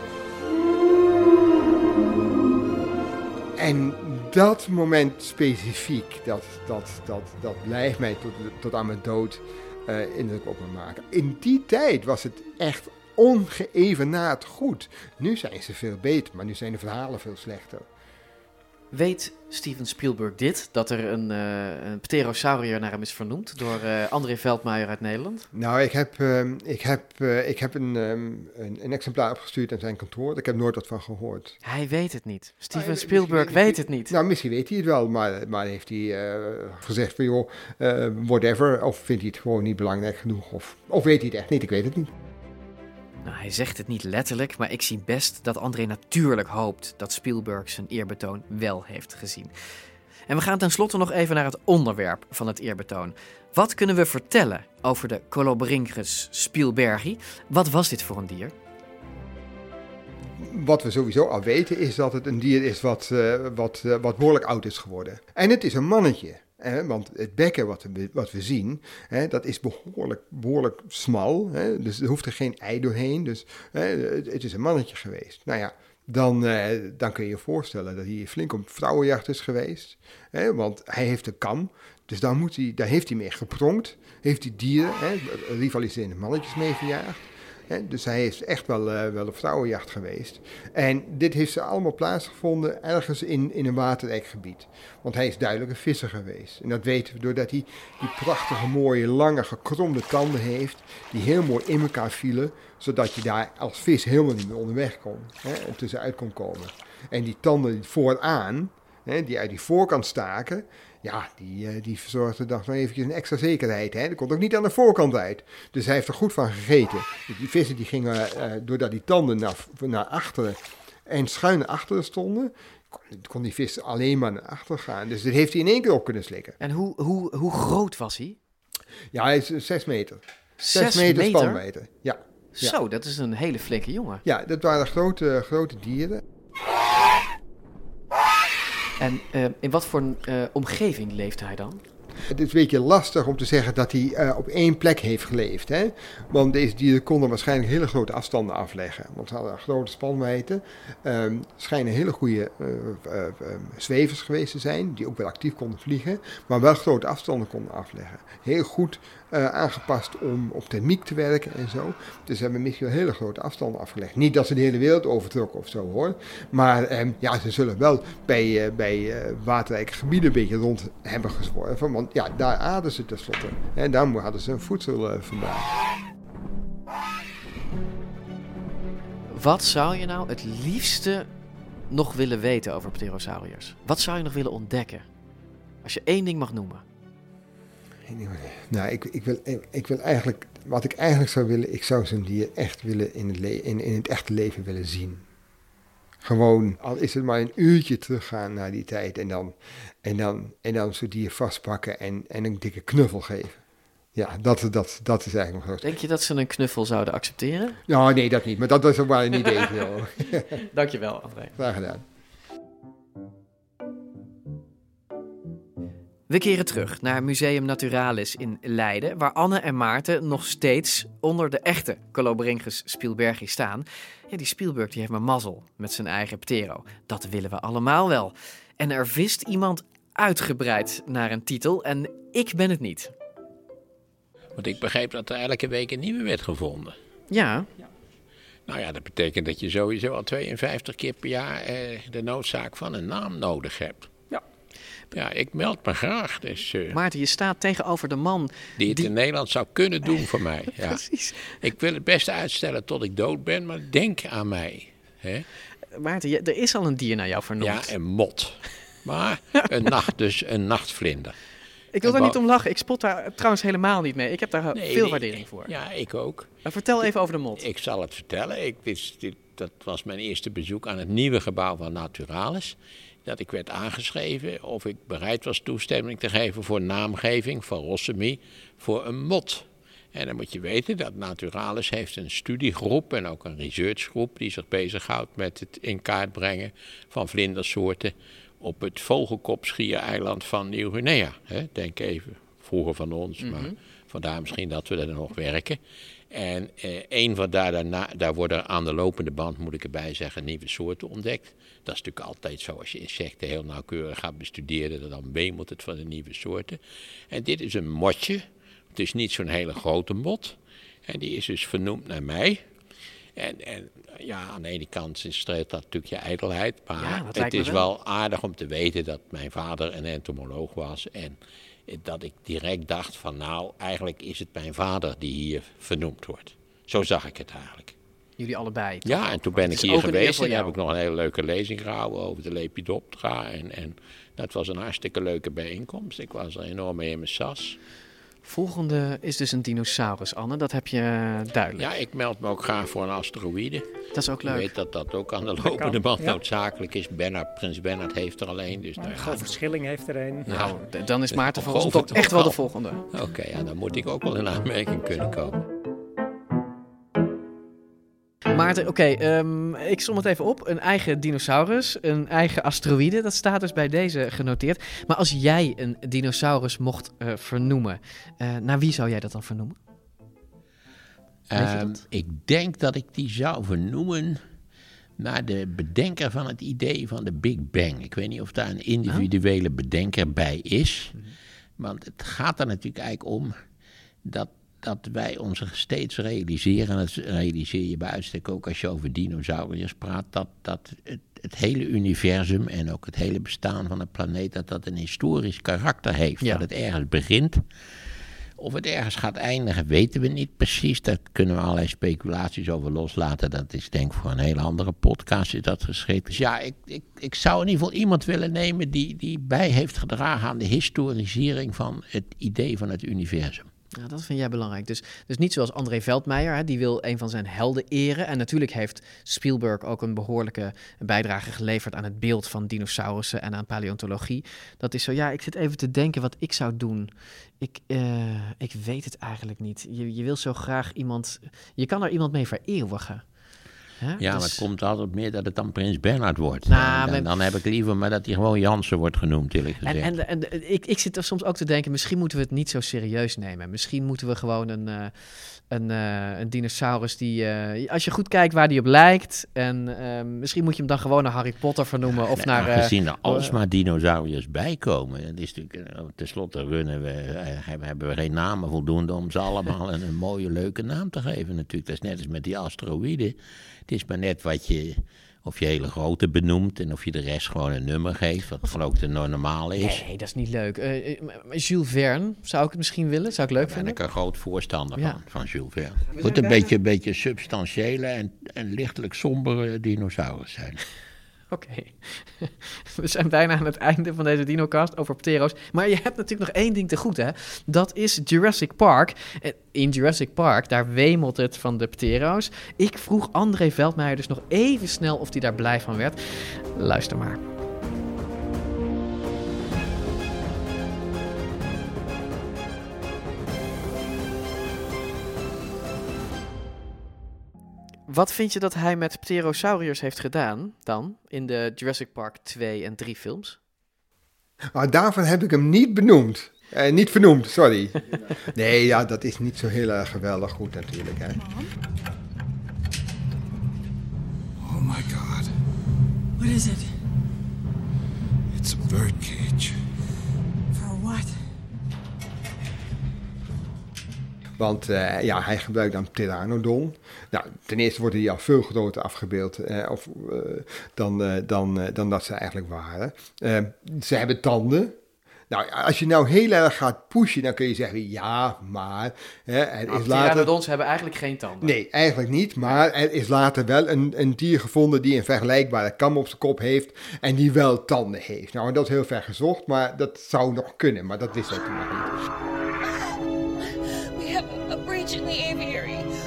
En dat moment specifiek, dat, dat, dat, dat blijft mij tot, tot aan mijn dood uh, indruk op me maken. In die tijd was het echt ongeëvenaard goed. Nu zijn ze veel beter, maar nu zijn de verhalen veel slechter. Weet Steven Spielberg dit, dat er een, uh, een pterosaurier naar hem is vernoemd door uh, André Veldmeijer uit Nederland? Nou, ik heb, uh, ik heb, uh, ik heb een, um, een, een exemplaar opgestuurd aan zijn kantoor. Ik heb nooit wat van gehoord. Hij weet het niet. Steven uh, Spielberg weet, weet het niet. Nou, misschien weet hij het wel, maar, maar heeft hij uh, gezegd van joh, uh, whatever. Of vindt hij het gewoon niet belangrijk genoeg? Of, of weet hij het echt niet? Ik weet het niet. Nou, hij zegt het niet letterlijk, maar ik zie best dat André natuurlijk hoopt dat Spielberg zijn eerbetoon wel heeft gezien. En we gaan tenslotte nog even naar het onderwerp van het eerbetoon. Wat kunnen we vertellen over de Coloborhynchus spielberghi? Wat was dit voor een dier? Wat we sowieso al weten is dat het een dier is wat, uh, wat, uh, wat behoorlijk oud is geworden. En het is een mannetje. Eh, want het bekken wat we, wat we zien, hè, dat is behoorlijk, behoorlijk smal. Hè, dus er hoeft er geen ei doorheen. Dus hè, het, het is een mannetje geweest. Nou ja, dan, eh, dan kun je je voorstellen dat hij flink op vrouwenjacht is geweest. Hè, want hij heeft een kam. Dus daar, moet hij, daar heeft hij mee gepronkt. Heeft hij dieren, hè, rivaliserende mannetjes mee verjaagd. He, dus hij is echt wel, uh, wel op vrouwenjacht geweest. En dit heeft ze allemaal plaatsgevonden ergens in, in een waterrijk gebied. Want hij is duidelijk een visser geweest. En dat weten we doordat hij die prachtige, mooie, lange, gekromde tanden heeft. Die heel mooi in elkaar vielen. Zodat je daar als vis helemaal niet meer onderweg kon. He, en tussenuit kon komen. En die tanden vooraan, he, die uit die voorkant staken. Ja, die, die verzorgde dan nog eventjes een extra zekerheid. Hè? Dat komt ook niet aan de voorkant uit. Dus hij heeft er goed van gegeten. Die vissen die gingen, uh, doordat die tanden naar, naar achteren en schuin naar achteren stonden, kon, kon die vis alleen maar naar achteren gaan. Dus dat heeft hij in één keer op kunnen slikken. En hoe, hoe, hoe groot was hij? Ja, hij is zes meter. Zes, zes meter, meter spanwijdte, ja. Zo, ja. Dat is een hele flinke jongen. Ja, dat waren grote, grote dieren. En uh, in wat voor uh, omgeving leefde hij dan? Het is een beetje lastig om te zeggen dat hij uh, op één plek heeft geleefd. Hè? Want deze dieren konden waarschijnlijk hele grote afstanden afleggen. Want ze hadden een grote spanwijdte. Um, schijnen hele goede uh, uh, uh, zwevers geweest te zijn. Die ook wel actief konden vliegen. Maar wel grote afstanden konden afleggen. Heel goed uh, aangepast om op thermiek te werken en zo. Dus ze hebben misschien wel hele grote afstanden afgelegd. Niet dat ze de hele wereld overtrokken of zo hoor. Maar um, ja, ze zullen wel bij, uh, bij uh, waterrijke gebieden een beetje rond hebben gezworven. Want ja, daar aten ze tenslotte. En daar hadden ze hun voedsel uh, vandaan. Wat zou je nou het liefste nog willen weten over pterosauriërs? Wat zou je nog willen ontdekken? Als je één ding mag noemen. Nou, ik, ik, wil, ik wil eigenlijk... Wat ik eigenlijk zou willen... Ik zou zo'n dier echt willen in het, le- in, in het echte leven willen zien. Gewoon, al is het maar een uurtje teruggaan naar die tijd en dan, en dan, en dan zo'n dier vastpakken en, en een dikke knuffel geven. Ja, dat, dat, dat is eigenlijk nog groot. Denk je dat ze een knuffel zouden accepteren? Nou, nee, dat niet, maar dat is ook wel een idee. Dankjewel, André. Graag gedaan. We keren terug naar Museum Naturalis in Leiden, waar Anne en Maarten nog steeds onder de echte Coloborhynchus spielberghi staan. Ja, die Spielberg die heeft maar mazzel met zijn eigen ptero. Dat willen we allemaal wel. En er vist iemand uitgebreid naar een titel en ik ben het niet. Want ik begreep dat er elke week een nieuwe werd gevonden. Ja. Nou ja, dat betekent dat je sowieso al tweeënvijftig keer per jaar eh, de noodzaak van een naam nodig hebt. Ja, ik meld me graag. Dus, uh, Maarten, je staat tegenover de man... Die het die... in Nederland zou kunnen doen voor mij. Ja. Precies. Ik wil het best uitstellen tot ik dood ben, maar denk aan mij. Hè? Maarten, je, er is al een dier naar jou vernoemd. Ja, een mot. Maar een nacht, dus een nachtvlinder. Ik wil daar niet om lachen. Ik spot daar trouwens helemaal niet mee. Ik heb daar Nee, veel nee, waardering voor. Ja, ik ook. Maar vertel even over de mot. Ik zal het vertellen. Ik, dit, dit, dat was mijn eerste bezoek aan het nieuwe gebouw van Naturalis. Dat ik werd aangeschreven of ik bereid was toestemming te geven voor naamgeving van Rossemi voor een mot. En dan moet je weten dat Naturalis heeft een studiegroep en ook een researchgroep die zich bezighoudt met het in kaart brengen van vlindersoorten op het vogelkopschiereiland van Nieuw-Guinea. Denk even, vroeger van ons, mm-hmm. maar vandaar misschien dat we er nog werken. En eh, een van daar, daarna, daar worden aan de lopende band, moet ik erbij zeggen, nieuwe soorten ontdekt. Dat is natuurlijk altijd zo, als je insecten heel nauwkeurig gaat bestuderen, dan wemelt het van de nieuwe soorten. En dit is een motje. Het is niet zo'n hele grote mot. En die is dus vernoemd naar mij. En, en ja, aan de ene kant streelt dat natuurlijk je ijdelheid. Maar ja, het is wel. wel aardig om te weten dat mijn vader een entomoloog was. En dat ik direct dacht van nou, eigenlijk is het mijn vader die hier vernoemd wordt. Zo zag ik het eigenlijk. Jullie allebei? Toch? Ja, en toen ben ik hier geweest en heb ik nog een hele leuke lezing gehouden over de Lepidoptera. En, en dat was een hartstikke leuke bijeenkomst. Ik was er enorm mee in mijn sas. Volgende is dus een dinosaurus, Anne. Dat heb je duidelijk. Ja, ik meld me ook graag voor een asteroïde. Dat is ook leuk. Ik weet dat dat ook aan de lopende band ja. noodzakelijk is. Bernard, Prins Bernhard heeft er alleen. Dus nou, ja. Verschilling heeft er een. Nou, nou dan is Maarten volgens mij ook echt wel de volgende. Oké, okay, ja, dan moet ik ook wel in aanmerking kunnen komen. Maarten, oké, okay, um, ik som het even op. Een eigen dinosaurus, een eigen asteroïde, dat staat dus bij deze genoteerd. Maar als jij een dinosaurus mocht uh, vernoemen, uh, naar wie zou jij dat dan vernoemen? Um, ik denk dat ik die zou vernoemen naar de bedenker van het idee van de Big Bang. Ik weet niet of daar een individuele oh. bedenker bij is. Mm-hmm. Want het gaat er natuurlijk eigenlijk om dat... dat wij ons steeds realiseren, en dat realiseer je bij uitstek ook als je over dinosauriërs praat, dat, dat het, het hele universum en ook het hele bestaan van de planeet, dat dat een historisch karakter heeft. Ja. Dat het ergens begint. Of het ergens gaat eindigen, weten we niet precies. Daar kunnen we allerlei speculaties over loslaten. Dat is denk ik voor een hele andere podcast is dat geschikt. Dus ja, ik, ik, ik zou in ieder geval iemand willen nemen die, die bij heeft gedragen aan de historisering van het idee van het universum. Ja, dat vind jij belangrijk. Dus, dus niet zoals André Veldmeijer, hè, die wil een van zijn helden eren. En natuurlijk heeft Spielberg ook een behoorlijke bijdrage geleverd aan het beeld van dinosaurussen en aan paleontologie. Dat is zo, ja, ik zit even te denken wat ik zou doen. Ik, uh, ik weet het eigenlijk niet. Je, je wil zo graag iemand, je kan er iemand mee vereeuwigen. Huh? Ja, dus... maar het komt altijd op meer dat het dan Prins Bernhard wordt. Nou, dan, dan heb ik liever maar dat hij gewoon Jansen wordt genoemd, eerlijk gezegd. En, en, en ik, ik zit er soms ook te denken, misschien moeten we het niet zo serieus nemen. Misschien moeten we gewoon een, uh, een, uh, een dinosaurus die, uh, als je goed kijkt waar die op lijkt, en uh, misschien moet je hem dan gewoon naar Harry Potter vernoemen. Ja, of naar, uh, gezien er alsmaar dinosauriërs bijkomen. Het is natuurlijk, uh, tenslotte runnen we, uh, hebben we geen namen voldoende om ze allemaal een, een mooie, leuke naam te geven natuurlijk. Dat is net als met die asteroïden. Het is maar net wat je, of je hele grote benoemt en of je de rest gewoon een nummer geeft, wat gewoon ook de normale is. Nee, dat is niet leuk. Uh, Jules Verne, zou ik het misschien willen? Zou ik leuk Daar vinden? ben ik een groot voorstander ja. van, van Jules Verne. Het moet een beetje, een beetje substantiële en, en lichtelijk sombere dinosaurus zijn. Oké, okay. We zijn bijna aan het einde van deze dinocast over ptero's. Maar je hebt natuurlijk nog één ding te goed, hè? Dat is Jurassic Park. In Jurassic Park, daar wemelt het van de ptero's. Ik vroeg André Veldmeijer dus nog even snel of hij daar blij van werd. Luister maar. Wat vind je dat hij met pterosauriërs heeft gedaan dan in de Jurassic Park twee en drie films? Maar daarvan heb ik hem niet benoemd. Eh, niet vernoemd, sorry. Nee, ja, dat is niet zo heel erg geweldig goed natuurlijk. Hè. Oh my god. What is it? It's a birdcage. For what? Want uh, ja, hij gebruikt dan pteranodon. Nou, ten eerste worden die al veel groter afgebeeld uh, of, uh, dan, uh, dan, uh, dan dat ze eigenlijk waren. Uh, ze hebben tanden. Nou, als je nou heel erg gaat pushen, dan kun je zeggen, ja, maar... Hè, er Nou, is later... pteranodons hebben eigenlijk geen tanden. Nee, eigenlijk niet, maar er is later wel een, een dier gevonden die een vergelijkbare kam op zijn kop heeft en die wel tanden heeft. Nou, en dat is heel ver gezocht, maar dat zou nog kunnen, maar dat wist hij toen nog niet. We have a breach in the aviary.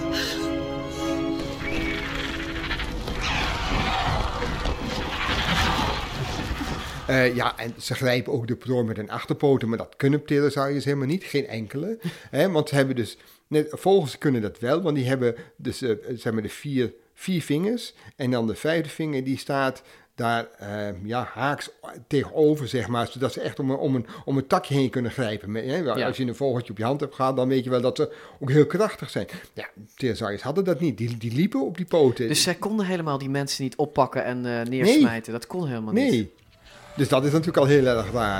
Uh, ja, en ze grijpen ook de prooi met hun achterpoten, maar dat kunnen pterosauriërs helemaal niet, geen enkele. Hè, want ze hebben dus, net, vogels kunnen dat wel, want die hebben dus, uh, zeg maar de vier, vier vingers. En dan de vijfde vinger, die staat daar uh, ja, haaks tegenover, zeg maar, zodat ze echt om een, om een, om een takje heen kunnen grijpen. Hè? Ja. Als je een vogeltje op je hand hebt gehad, dan weet je wel dat ze ook heel krachtig zijn. Ja, pterosauriërs hadden dat niet, die, die liepen op die poten. Dus zij konden helemaal die mensen niet oppakken en uh, neersmijten, nee. Dat kon helemaal niet. Nee. Dus dat is natuurlijk al heel erg raar.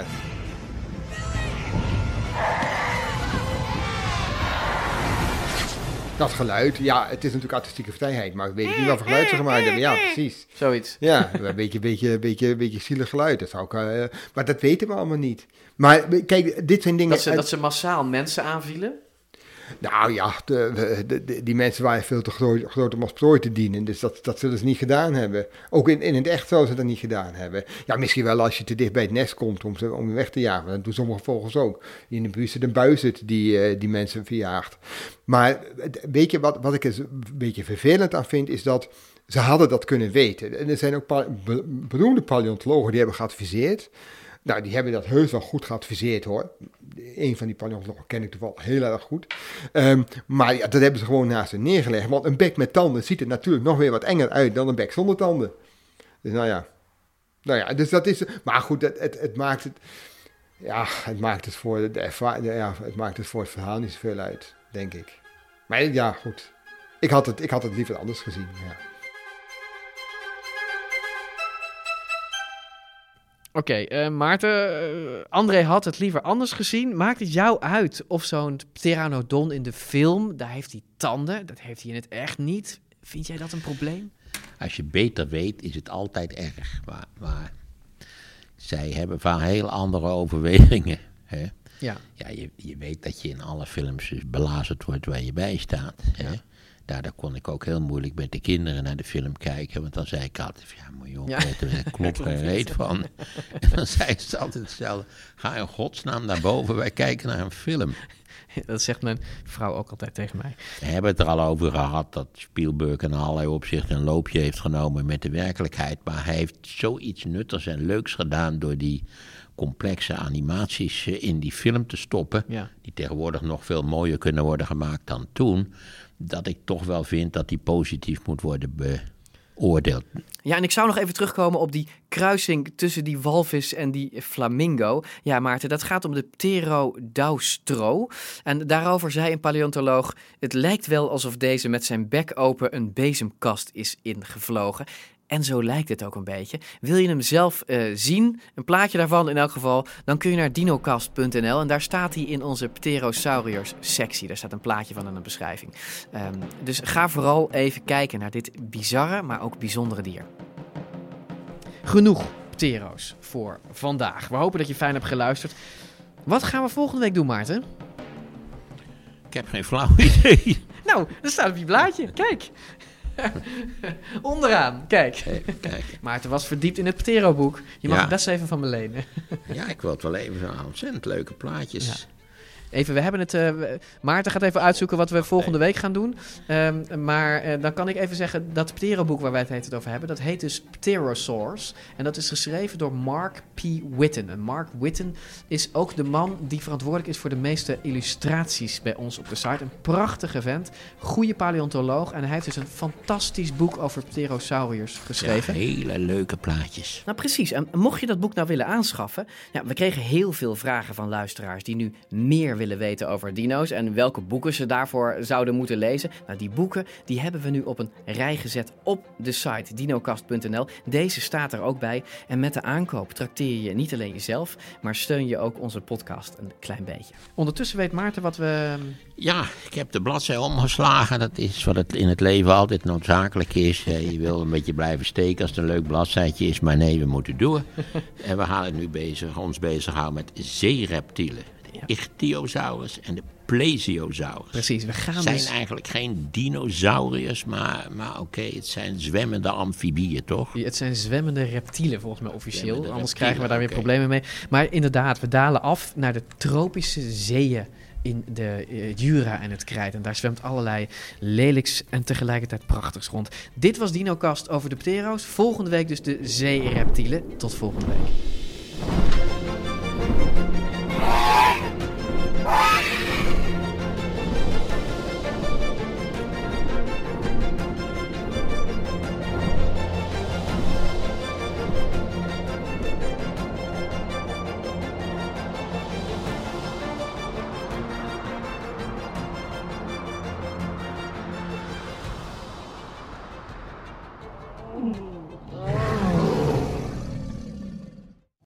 Dat geluid, ja, het is natuurlijk artistieke vrijheid, maar ik weet niet wat voor geluid ze gemaakt hebben. Ja, precies. Zoiets. Ja, een beetje, beetje, beetje, beetje zielig geluid. Dat zou ik, uh, maar dat weten we allemaal niet. Maar kijk, dit zijn dingen... Dat ze, dat ze massaal mensen aanvielen? Nou ja, de, de, de, die mensen waren veel te groot, groot om als prooi te dienen. Dus dat, dat zullen ze niet gedaan hebben. Ook in, in het echt zouden ze dat niet gedaan hebben. Ja, misschien wel als je te dicht bij het nest komt om ze om je weg te jagen. Dat doen sommige vogels ook. In de buurt zit een buizerd die, uh, die mensen verjaagt. Maar weet je wat, wat ik er een beetje vervelend aan vind, is dat ze hadden dat kunnen weten. En er zijn ook pa- be- beroemde paleontologen die hebben geadviseerd. Nou, die hebben dat heus wel goed geadviseerd, hoor. Een van die paleontologen ken ik toevallig heel erg goed. Um, maar ja, dat hebben ze gewoon naast ze neergelegd. Want een bek met tanden ziet er natuurlijk nog weer wat enger uit dan een bek zonder tanden. Dus nou ja. Nou ja, dus dat is... Maar goed, het, het, het maakt het... Ja, het maakt het voor de ervaring... Ja, het maakt het voor het verhaal niet zoveel uit, denk ik. Maar ja, goed. Ik had het, ik had het liever anders gezien, ja. Oké, okay, uh, Maarten, uh, André had het liever anders gezien. Maakt het jou uit of zo'n pteranodon in de film, daar heeft hij tanden, dat heeft hij in het echt niet. Vind jij dat een probleem? Als je beter weet, is het altijd erg. Maar, maar zij hebben vaak heel andere overwegingen. Hè? Ja. Ja, je, je weet dat je in alle films belazerd wordt waar je bij staat. Hè? Ja. Daardoor kon ik ook heel moeilijk met de kinderen naar de film kijken. Want dan zei ik altijd, ja, moet je opletten, ja. Er klopt geen reet van. En dan zei ze altijd hetzelfde. Ga in godsnaam naar boven, wij kijken naar een film. Dat zegt mijn vrouw ook altijd tegen mij. We hebben het er al over gehad dat Spielberg in allerlei opzichten een loopje heeft genomen met de werkelijkheid. Maar hij heeft zoiets nuttigs en leuks gedaan door die complexe animaties in die film te stoppen. Ja. Die tegenwoordig nog veel mooier kunnen worden gemaakt dan toen. Dat ik toch wel vind dat die positief moet worden beoordeeld. Ja, en ik zou nog even terugkomen op die kruising tussen die walvis en die flamingo. Ja, Maarten, dat gaat om de Pterodaustro. En daarover zei een paleontoloog: het lijkt wel alsof deze met zijn bek open een bezemkast is ingevlogen. En zo lijkt het ook een beetje. Wil je hem zelf uh, zien, een plaatje daarvan in elk geval, dan kun je naar dinocast punt n l en daar staat hij in onze Pterosauriërs sectie. Daar staat een plaatje van in een beschrijving. Um, dus ga vooral even kijken naar dit bizarre, maar ook bijzondere dier. Genoeg ptero's voor vandaag. We hopen dat je fijn hebt geluisterd. Wat gaan we volgende week doen, Maarten? Ik heb geen flauw idee. Nou, dat staat op je blaadje. Kijk. Onderaan, kijk. Hey, kijk. Maarten was verdiept in het Ptero-boek. Je mag ja. het best even van me lenen. Ja, ik wil het wel even zo'n ontzettend leuke plaatjes. Ja. Even, we hebben het... Uh, Maarten gaat even uitzoeken wat we volgende week gaan doen. Um, maar uh, dan kan ik even zeggen, dat Ptero-boek waar wij het, het over hebben, dat heet dus Pterosaurs. En dat is geschreven door Mark P. Witten. En Mark Witten is ook de man die verantwoordelijk is voor de meeste illustraties bij ons op de site. Een prachtige vent, goede paleontoloog. En hij heeft dus een fantastisch boek over Pterosauriërs geschreven. Ja, hele leuke plaatjes. Nou precies, en mocht je dat boek nou willen aanschaffen, ja, we kregen heel veel vragen van luisteraars die nu meer meer willen weten over dino's en welke boeken ze daarvoor zouden moeten lezen. Nou, die boeken die hebben we nu op een rij gezet op de site dinocast punt n l. Deze staat er ook bij. En met de aankoop trakteer je niet alleen jezelf, maar steun je ook onze podcast een klein beetje. Ondertussen weet Maarten wat we... Ja, ik heb de bladzij omgeslagen. Dat is wat het in het leven altijd noodzakelijk is. Je wil een beetje blijven steken als het een leuk bladzijtje is. Maar nee, we moeten door. En we gaan het nu bezig, ons bezighouden met zeereptielen. De Ichthyosaurus en de Plesiosaurus. Precies, we gaan Het zijn dus... eigenlijk geen dinosauriërs, maar, maar oké, okay, het zijn zwemmende amfibieën, toch? Ja, het zijn zwemmende reptielen volgens mij officieel. Anders reptielen, krijgen we daar weer okay. problemen mee. Maar inderdaad, we dalen af naar de tropische zeeën in de uh, Jura en het Krijt. En daar zwemt allerlei lelijks en tegelijkertijd prachtigs rond. Dit was DinoCast over de ptero's. Volgende week dus de zeereptielen. Tot volgende week. Mm.